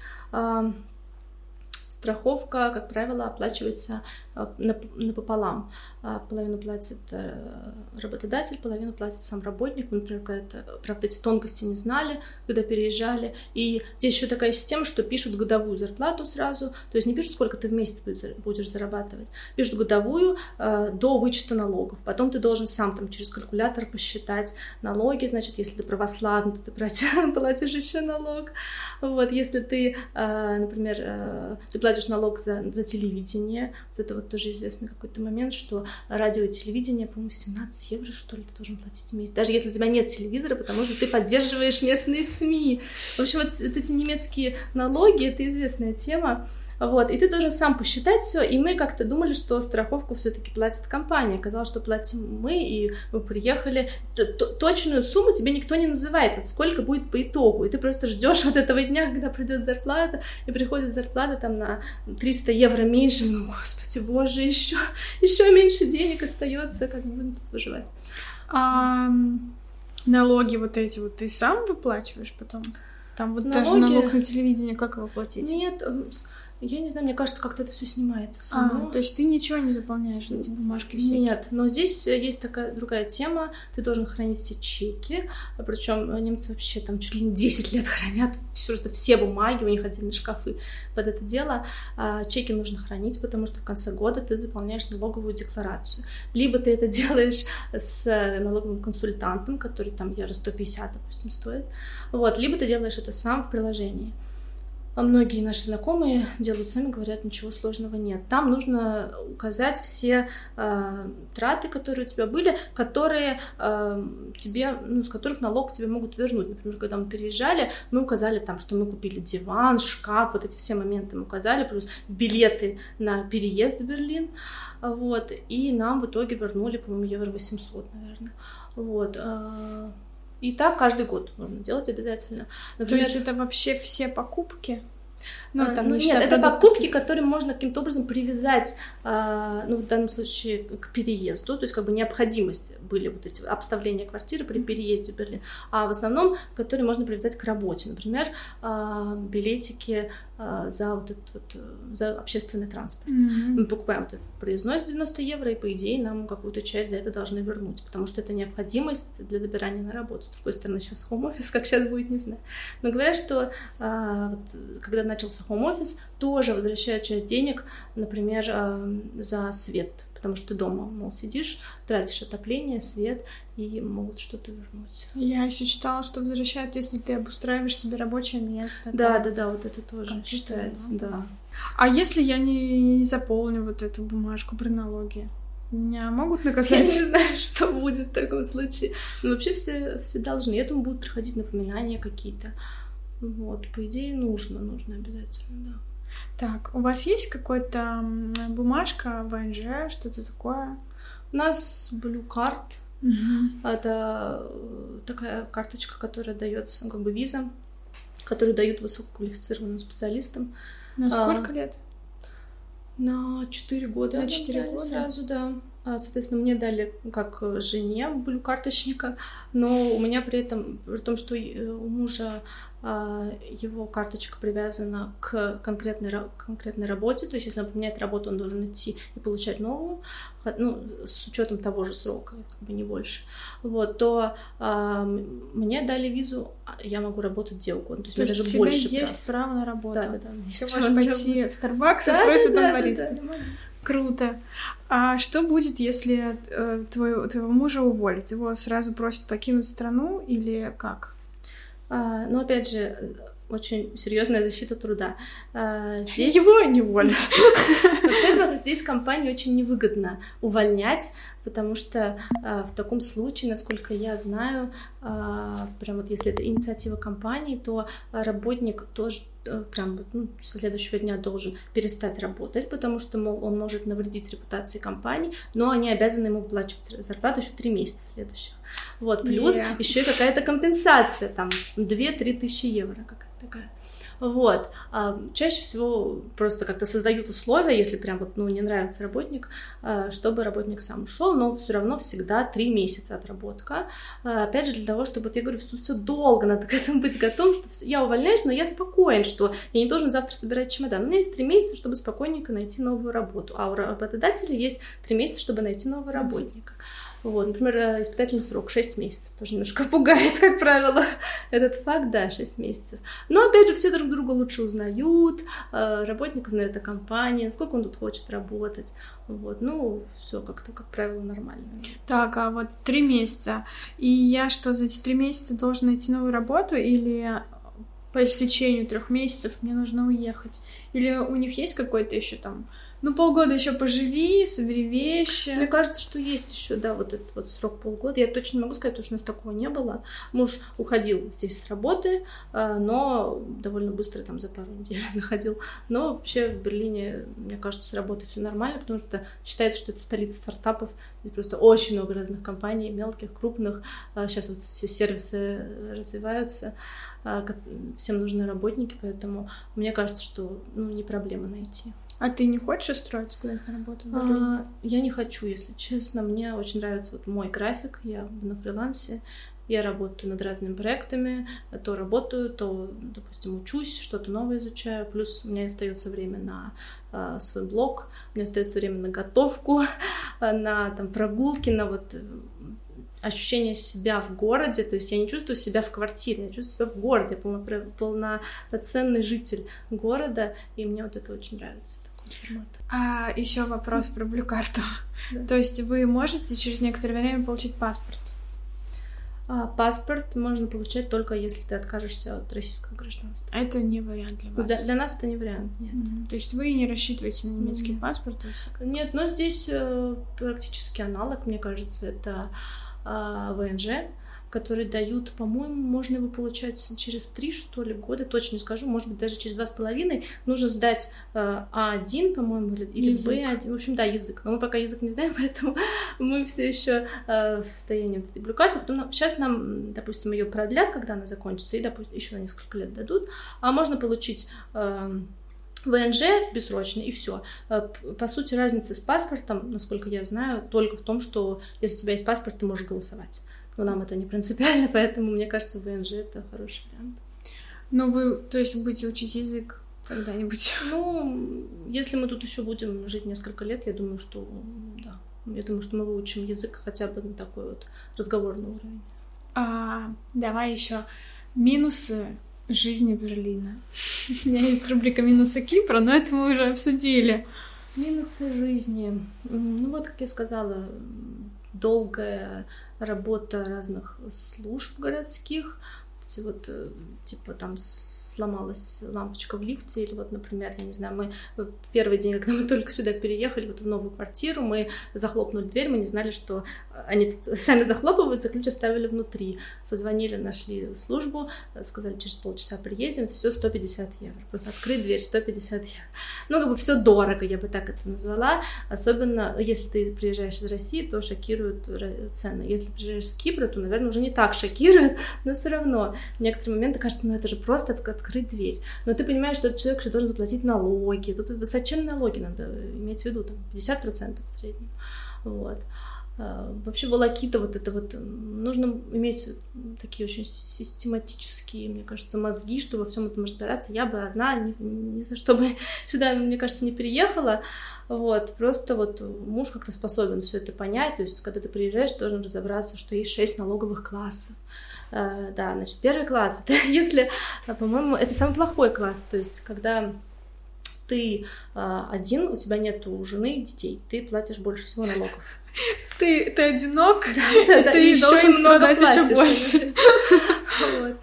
Страховка, как правило, оплачивается напополам. Половину платит работодатель, половину платит сам работник. Мы, например, правда, эти тонкости не знали, когда переезжали. И здесь еще такая система, что пишут годовую зарплату сразу. То есть не пишут, сколько ты в месяц будешь зарабатывать. Пишут годовую до вычета налогов. Потом ты должен сам там через калькулятор посчитать налоги. Значит, если ты православный, то ты платишь еще налог. Вот, если ты, например, ты платишь налог за телевидение, вот это вот тоже известный какой-то момент, что радио и телевидение, по-моему, 17 евро, что ли, ты должен платить в месяц. Даже если у тебя нет телевизора, потому что ты поддерживаешь местные СМИ. В общем, вот эти немецкие налоги — это известная тема. Вот, и ты должен сам посчитать все, и мы как-то думали, что страховку все-таки платит компания. Оказалось, что платим мы, и мы приехали. Точную сумму тебе никто не называет, вот сколько будет по итогу. И ты просто ждешь вот этого дня, когда придет зарплата, и приходит зарплата там на 300 евро меньше. Ну, господи, боже, еще меньше денег остается, как мы будем тут выживать. А налоги вот эти вот ты сам выплачиваешь потом? Там вот налоги... даже налог на телевидение, как его платить? Нет, я не знаю, мне кажется, как-то это все снимается само. То есть ты ничего не заполняешь, эти бумажки всякие? Нет, но здесь есть такая другая тема. Ты должен хранить все чеки. Причем немцы вообще там чуть ли не 10 лет хранят просто все бумаги, у них отдельные шкафы под это дело. Чеки нужно хранить, потому что в конце года ты заполняешь налоговую декларацию. Либо ты это делаешь с налоговым консультантом, который там евро 150, допустим, стоит. Вот. Либо ты делаешь это сам в приложении. Многие наши знакомые делают сами, говорят, ничего сложного нет. Там нужно указать все траты, которые у тебя были, которые тебе, с которых налог тебе могут вернуть. Например, когда мы переезжали, мы указали там, что мы купили диван, шкаф, вот эти все моменты мы указали, плюс билеты на переезд в Берлин, вот, и нам в итоге вернули, по-моему, евро 800, наверное, вот. И так каждый год нужно делать обязательно. Например, то есть это вообще все покупки? Нет, это покупки, которые можно каким-то образом привязать, в данном случае, к переезду, то есть как бы необходимость были вот эти обставления квартиры при переезде в Берлин, а в основном, которые можно привязать к работе, например, билетики за за общественный транспорт. Мы покупаем вот этот проездной за 90 евро, и по идее нам какую-то часть за это должны вернуть, потому что это необходимость для добирания на работу. С другой стороны, сейчас хоум-офис, как сейчас будет, не знаю. Но говорят, что когда начался хоум-офис, тоже возвращают часть денег, например, за свет, потому что ты дома, мол, сидишь, тратишь отопление, свет, и могут что-то вернуть. Я еще читала, что возвращают, если ты обустраиваешь себе рабочее место. Да, вот это тоже считается, да. А если я не заполню вот эту бумажку при налоге? Меня могут наказать? Я не знаю, что будет в таком случае. Но вообще все должны. Я думаю, будут приходить напоминания какие-то. Вот, по идее, нужно обязательно, да. Так, у вас есть какая-то бумажка, ВНЖ, что-то такое? У нас Blue Card. Это такая карточка, которая дается, как бы виза, которую дают высококвалифицированным специалистам. На сколько лет? На 4 года. На 4 года? Сразу, да. Соответственно, мне дали как жене блю-карточника, но у меня при том, что у мужа его карточка привязана к конкретной работе, то есть если он поменяет работу, он должен идти и получать новую, с учетом того же срока, как бы не больше, вот, то мне дали визу, я могу работать где угодно. То есть у тебя больше есть право на работу. Да. Ты можешь пойти в Starbucks и устроиться там баристой. Круто. А что будет, если твоего мужа уволят? Его сразу просят покинуть страну или как? Опять же, очень серьезная защита труда. Здесь... Его не уволят. Во-первых, здесь компании очень невыгодно увольнять, потому что в таком случае, насколько я знаю, прям вот если это инициатива компании, то работник тоже со следующего дня должен перестать работать, потому что, он может навредить репутации компании, но они обязаны ему выплачивать зарплату еще 3 месяца следующих. Вот, плюс еще и какая-то компенсация, там, 2-3 тысячи евро какая-то такая. Вот. Чаще всего просто как-то создают условия, если прям не нравится работник, чтобы работник сам ушел, но все равно всегда 3 месяца отработка. Опять же, для того, чтобы, я говорю, все долго, надо к этому быть готовым, что я увольняюсь, но я спокоен, что я не должен завтра собирать чемодан. У меня есть 3 месяца, чтобы спокойненько найти новую работу, а у работодателя есть 3 месяца, чтобы найти нового работника. Вот, например, испытательный срок 6 месяцев. Тоже немножко пугает, как правило, этот факт, да, 6 месяцев. Но, опять же, все друг друга лучше узнают, работник узнает о компании, сколько он тут хочет работать. Вот, все как-то, как правило, нормально. Так, а вот 3 месяца. И я что, за эти 3 месяца должен найти новую работу или по истечению 3 месяцев мне нужно уехать? Или у них есть какой-то еще там... полгода еще поживи, собери вещи. Мне кажется, что есть еще, да, вот этот вот срок полгода. Я точно не могу сказать, потому что у нас такого не было. Муж уходил здесь с работы, но довольно быстро там за пару недель находил. Но вообще в Берлине, мне кажется, с работой все нормально, потому что считается, что это столица стартапов. Здесь просто очень много разных компаний, мелких, крупных. Сейчас вот все сервисы развиваются, всем нужны работники, поэтому мне кажется, что не проблема найти. А ты не хочешь устроиться куда-нибудь на работу в Берлине? Я не хочу, если честно. Мне очень нравится мой график. Я на фрилансе. Я работаю над разными проектами. То работаю, то, допустим, учусь, что-то новое изучаю. Плюс у меня остается время на свой блог, у меня остается время на готовку, на прогулки, на ощущение себя в городе, то есть я не чувствую себя в квартире, я чувствую себя в городе, я полноценный житель города, и мне это очень нравится. Формат. А еще вопрос про блю-карту. Да. То есть вы можете через некоторое время получить паспорт? Паспорт можно получать только если ты откажешься от российского гражданства. А это не вариант для вас? Для нас это не вариант, нет. То есть вы не рассчитываете на немецкий паспорт? Нет, но здесь практически аналог, мне кажется, это ВНЖ. которые дают, по-моему, можно его получать через 3, что ли, года, точно не скажу, может быть, даже через 2,5. Нужно сдать А1, по-моему, или Б1. В общем, да, язык. Но мы пока язык не знаем, поэтому мы все еще в состоянии вот этой блю-карты. Потом сейчас нам, допустим, ее продлят, когда она закончится, и, допустим, еще на несколько лет дадут. А можно получить ВНЖ бессрочно, и все. По сути, разница с паспортом, насколько я знаю, только в том, что если у тебя есть паспорт, ты можешь голосовать. Но нам это не принципиально, поэтому, мне кажется, ВНЖ — это хороший вариант. Ну, вы, то есть, будете учить язык когда-нибудь? Ну, если мы тут еще будем жить несколько лет, я думаю, что да. Я думаю, что мы выучим язык хотя бы на такой вот разговорный уровень. Давай еще минусы жизни Берлина. У меня есть рубрика «Минусы Кипра», но это мы уже обсудили. Минусы жизни. Ну вот, как я сказала, долгая работа разных служб городских. Вот, типа, там сломалась лампочка в лифте, или вот, например, я не знаю, мы в первый день, когда мы только сюда переехали, вот в новую квартиру, мы захлопнули дверь, мы не знали, что они сами захлопываются, ключ оставили внутри. Позвонили, нашли службу, сказали, через полчаса приедем, все 150 евро. Просто открыть дверь 150 евро. Ну, как бы все дорого, я бы так это назвала. Особенно, если ты приезжаешь из России, то шокируют цены. Если приезжаешь с Кипра, то, наверное, уже не так шокирует, но все равно. В некоторые моменты кажется, ну это же просто открыть дверь. Но ты понимаешь, что этот человек еще должен заплатить налоги. Тут высоченные налоги надо иметь в виду, там 50% в среднем. Вот. Вообще волокита вот это вот, нужно иметь такие очень систематические, мне кажется, мозги, чтобы во всем этом разбираться. Я бы одна ни за что бы сюда, мне кажется, не переехала. Вот, просто вот муж как-то способен все это понять. То есть, когда ты приезжаешь, должен разобраться, что есть 6 налоговых классов. Да, значит, первый класс, это если, по-моему, это самый плохой класс. То есть, когда ты один, у тебя нету жены и детей, ты платишь больше всего налогов. Ты одинок, да, ты еще много платишь, еще больше. Вот.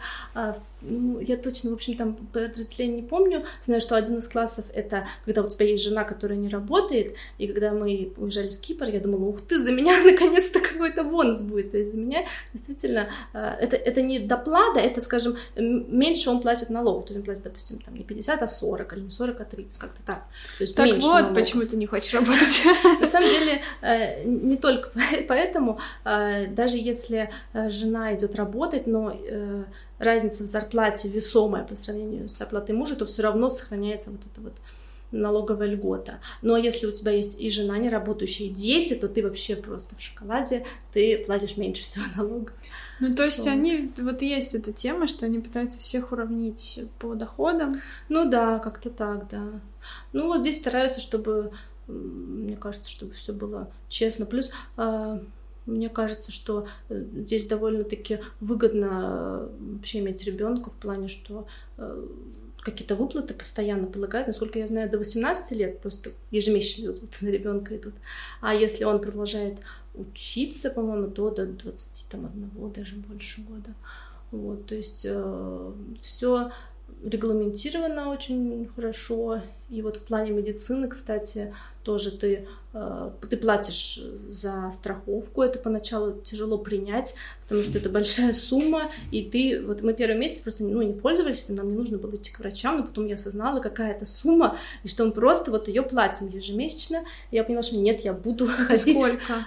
Я точно, в общем, там подразделение не помню. Знаю, что один из классов — это когда у тебя есть жена, которая не работает. И когда мы уезжали с Кипра, я думала, ух ты, за меня наконец-то какой-то бонус будет. То есть за меня действительно это не доплата, это, скажем, меньше он платит налогов. То есть он платит, допустим, там не 50, а 40, или не 40, а 30, как-то так. То есть так меньше вот, налогов. Почему ты не хочешь работать. На самом деле, не только поэтому, даже если жена идет работать, но разница в зарплате весомая по сравнению с оплатой мужа, то все равно сохраняется вот эта вот налоговая льгота. Но если у тебя есть и жена не работающая, и дети, то ты вообще просто в шоколаде, ты платишь меньше всего налогов. Ну, то есть они, вот есть эта тема, что они пытаются всех уравнить по доходам. Ну да, как-то так, да. Ну вот здесь стараются, чтобы, мне кажется, чтобы все было честно. Плюс мне кажется, что здесь довольно-таки выгодно вообще иметь ребенка в плане, что какие-то выплаты постоянно полагают. Насколько я знаю, до 18 лет просто ежемесячные выплаты на ребенка идут. А если он продолжает учиться, по-моему, то до 21, даже больше года. Вот, то есть все регламентировано очень хорошо. И вот в плане медицины, кстати, тоже ты платишь за страховку. Это поначалу тяжело принять, потому что это большая сумма. И ты, вот мы первый месяц просто не пользовались, нам не нужно было идти к врачам, но потом я осознала, какая это сумма, и что мы просто вот ее платим ежемесячно. И я поняла, что нет, я буду ходить. Сколько?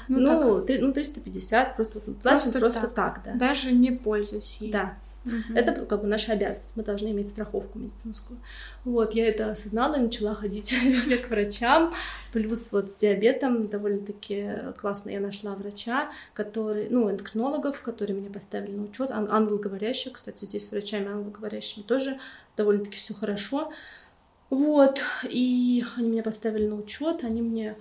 350, просто вот платим просто так, да. Даже не пользуюсь ей. Да. Это как бы наша обязанность, мы должны иметь страховку медицинскую. Вот, я это осознала и начала ходить везде к врачам, плюс вот с диабетом довольно-таки классно я нашла врача, который, эндокринологов, которые меня поставили на учет, англоговорящих, кстати, здесь с врачами англоговорящими тоже довольно-таки все хорошо. Вот, и они меня поставили на учет, они мне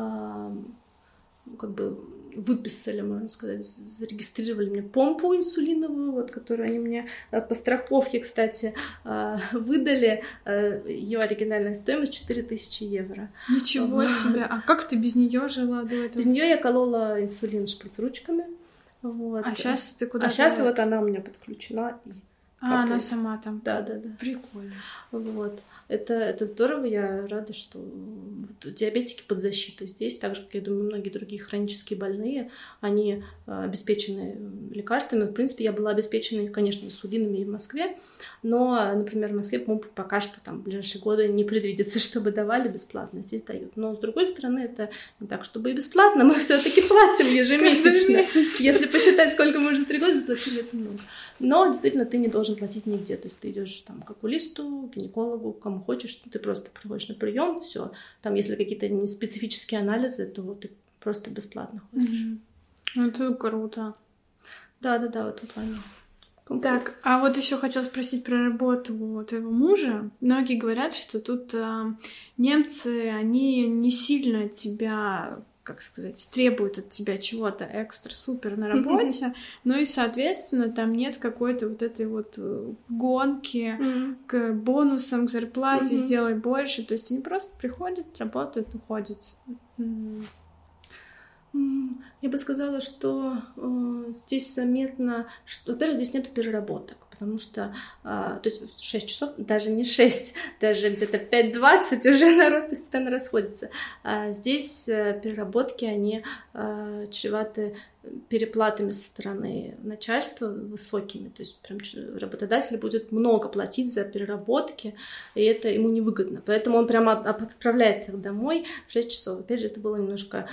как бы выписали, можно сказать, зарегистрировали мне помпу инсулиновую, вот, которую они мне по страховке, кстати, выдали. Ее оригинальная стоимость 4000 евро. Ничего себе! А как ты без нее жила до этого? Без нее я колола инсулин шприц-ручками. Вот. А сейчас ты куда? А сейчас вот она у меня подключена. Она сама там. Да. Прикольно. Вот. Это здорово, я рада, что вот диабетики под защитой здесь, так же, как, я думаю, многие другие хронические больные, они обеспечены лекарствами. В принципе, я была обеспечена, конечно, инсулинами и в Москве, но, например, в Москве, по-моему, пока что там в ближайшие годы не предвидится, чтобы давали бесплатно, здесь дают. Но, с другой стороны, это не так, чтобы и бесплатно, мы все-таки платим ежемесячно. Если посчитать, сколько мы уже за 3 года заплатили, это много. Но, действительно, ты не должен платить нигде, то есть ты идешь там к окулисту, к гинекологу, кому хочешь, ты просто приходишь на прием, все. Там, если какие-то неспецифические анализы, то ты просто бесплатно ходишь. Это круто. Да, в этом плане. Так, а вот еще хотела спросить про работу твоего мужа. Многие говорят, что тут немцы, они не сильно тебя, как сказать, требуют от тебя чего-то экстра-супер на работе, ну и, соответственно, там нет какой-то вот этой вот гонки к бонусам, к зарплате, сделай больше. То есть они просто приходят, работают, уходят. Я бы сказала, что здесь заметно, что, во-первых, здесь нету переработок, потому что, то есть 6 часов, даже не 6, даже где-то 5:20 уже народ постепенно расходится. Здесь переработки, они чреваты переплатами со стороны начальства высокими, то есть прям работодатель будет много платить за переработки, и это ему невыгодно, поэтому он прямо отправляется домой в 6 часов. Опять же, это было немножко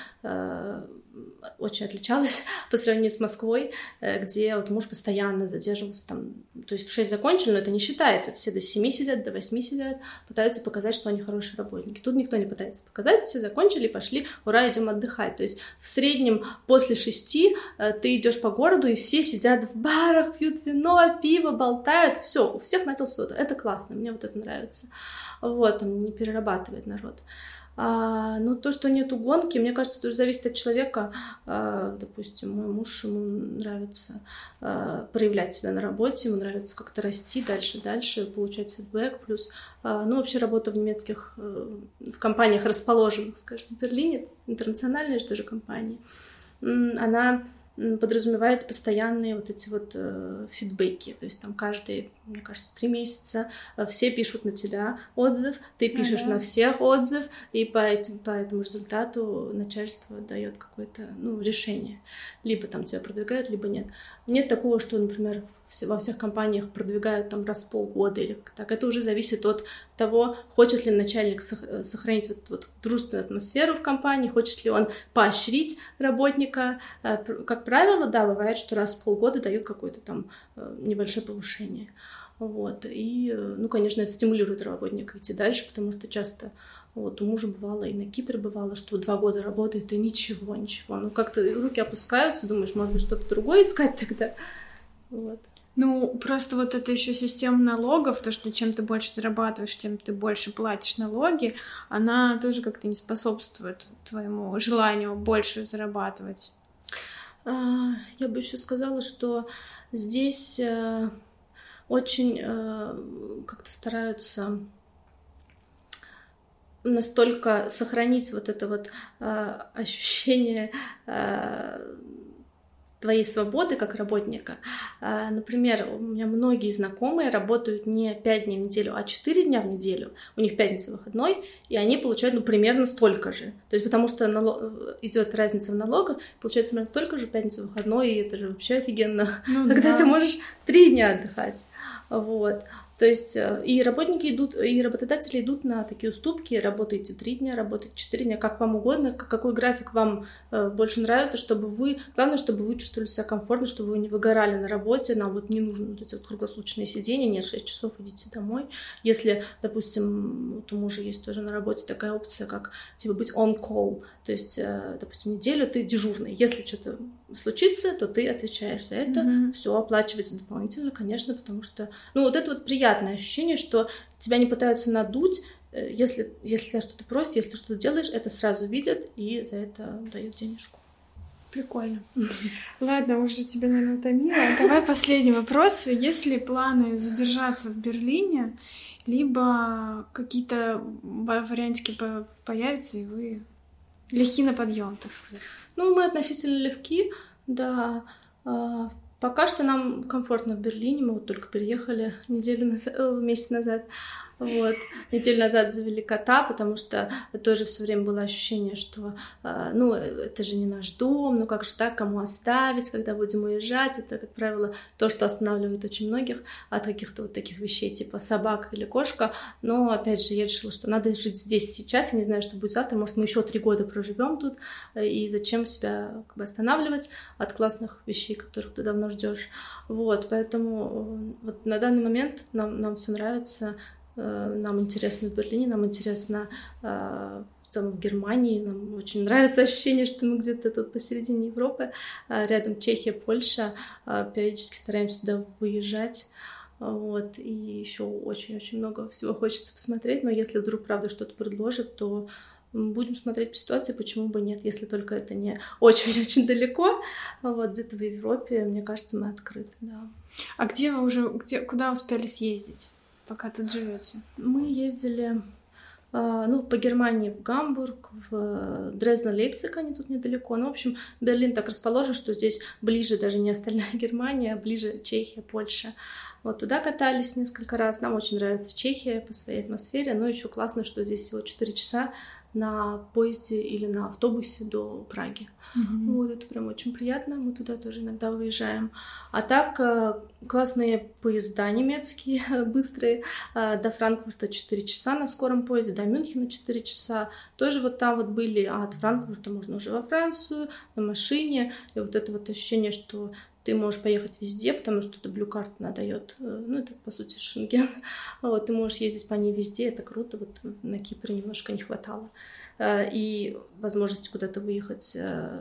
очень отличалось по сравнению с Москвой, где вот муж постоянно задерживался там, то есть в 6 закончили, но это не считается, все до 7 сидят, до 8 сидят, пытаются показать, что они хорошие работники. Тут никто не пытается показать, все закончили, пошли, ура, идем отдыхать. То есть в среднем после 6 ты идешь по городу, и все сидят в барах, пьют вино, пиво, болтают, все, у всех начался вот это классно, мне вот это нравится. Вот, там не перерабатывает народ. Но то, что нету гонки, мне кажется, это уже зависит от человека. Допустим, мой муж, ему нравится проявлять себя на работе, ему нравится как-то расти дальше, получать фидбэк. Плюс, вообще работа в немецких в компаниях, расположенных, скажем, в Берлине, интернациональные же тоже компании, она подразумевает постоянные вот эти вот фидбэки, то есть там каждые, мне кажется, 3 месяца все пишут на тебя отзыв, ты пишешь на всех отзыв, и по этому результату начальство дает какое-то решение. Либо там тебя продвигают, либо нет. Нет такого, что, например, во всех компаниях продвигают там раз в полгода или так. Это уже зависит от того, хочет ли начальник сохранить вот дружественную атмосферу в компании, хочет ли он поощрить работника. Как правило, да, бывает, что раз в полгода дают какое-то там небольшое повышение. Вот. И, конечно, это стимулирует работника идти дальше, потому что часто у мужа бывало, и на Кипре бывало, что 2 года работает, и ничего. Как-то руки опускаются, думаешь, может быть, что-то другое искать тогда. Вот. Просто вот это еще система налогов, то, что чем ты больше зарабатываешь, тем ты больше платишь налоги, она тоже как-то не способствует твоему желанию больше зарабатывать. Я бы еще сказала, что здесь очень как-то стараются настолько сохранить вот это вот ощущение твоей свободы как работника. Например, у меня многие знакомые работают не 5 дней в неделю, а 4 дня в неделю. У них пятница выходной, и они получают примерно столько же. То есть потому что идет разница в налогах, получают примерно столько же, пятница выходной, и это же вообще офигенно. Когда ты можешь 3 дня отдыхать. Вот. То есть и работники идут, и работодатели идут на такие уступки, работаете 3 дня, работаете 4 дня, как вам угодно, какой график вам больше нравится, главное, чтобы вы чувствовали себя комфортно, чтобы вы не выгорали на работе, нам вот не нужно вот эти вот круглосуточные сидения, нет, 6 часов идите домой. Если, допустим, вот у мужа есть тоже на работе такая опция, как типа быть on-call, то есть, допустим, неделю ты дежурный, если что-то случится, то ты отвечаешь за это, все оплачивается дополнительно, конечно, потому что, вот это вот приятное ощущение, что тебя не пытаются надуть, если тебя что-то просят, если что-то делаешь, это сразу видят и за это дают денежку. Прикольно. Ладно, уже тебя, наверное, утомила. Давай последний вопрос. Есть ли планы задержаться в Берлине, либо какие-то вариантики появятся, и вы легки на подъем, так сказать? Мы относительно легки, да. Пока что нам комфортно в Берлине, мы вот только переехали месяц назад. Вот. Неделю назад завели кота, потому что тоже все время было ощущение, что ну, это же не наш дом, ну как же так, кому оставить, когда будем уезжать. Это, как правило, то, что останавливает очень многих от каких-то вот таких вещей, типа собака или кошка. Но, опять же, я решила, что надо жить здесь сейчас. Я не знаю, что будет завтра. Может, мы еще 3 года проживем тут, и зачем себя как бы останавливать от классных вещей, которых ты давно ждешь. Вот, поэтому вот на данный момент нам все нравится. Нам интересно в Берлине, нам интересно в целом в Германии. Нам очень нравится ощущение, что мы где-то тут посередине Европы, рядом Чехия, Польша. Периодически стараемся туда выезжать. Вот. И еще очень-очень много всего хочется посмотреть. Но если вдруг, правда, что-то предложат, то будем смотреть по ситуации, почему бы нет, если только это не очень-очень далеко. Вот где-то в Европе, мне кажется, мы открыты, да. А куда успели съездить, пока тут живете? Мы ездили по Германии в Гамбург, в Дрезден, Лейпциг, они тут недалеко. Ну, в общем, Берлин так расположен, что здесь ближе даже не остальная Германия, а ближе Чехия, Польша. Вот туда катались несколько раз. Нам очень нравится Чехия по своей атмосфере. Но еще классно, что здесь всего 4 часа на поезде или на автобусе до Праги. Mm-hmm. Вот, это прям очень приятно. Мы туда тоже иногда выезжаем. А так, классные поезда немецкие, быстрые. До Франкфурта 4 часа на скором поезде, до Мюнхена 4 часа. Тоже вот там вот были, а от Франкфурта можно уже во Францию, на машине. И вот это вот ощущение, что ты можешь поехать везде, потому что это Blue Card она дает, ну, это, по сути, Шенген. Вот, ты можешь ездить по ней везде, это круто. Вот на Кипре немножко не хватало. И возможности куда-то выехать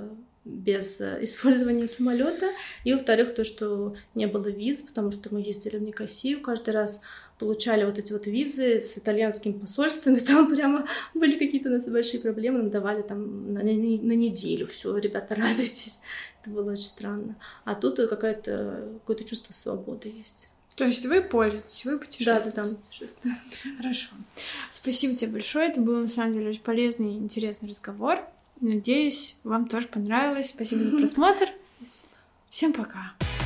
без использования самолета. И, во-вторых, то, что не было виз, потому что мы ездили в Никосию, каждый раз получали вот эти вот визы с итальянскими посольствами, там прямо были какие-то у нас большие проблемы, нам давали там на неделю, все, ребята, радуйтесь. Это было очень странно. А тут какое-то чувство свободы есть. То есть вы пользуетесь, вы путешествуете? Да, путешествую. Хорошо. Спасибо тебе большое, это был на самом деле очень полезный и интересный разговор. Надеюсь, вам тоже понравилось. Спасибо за просмотр. Спасибо. Всем пока.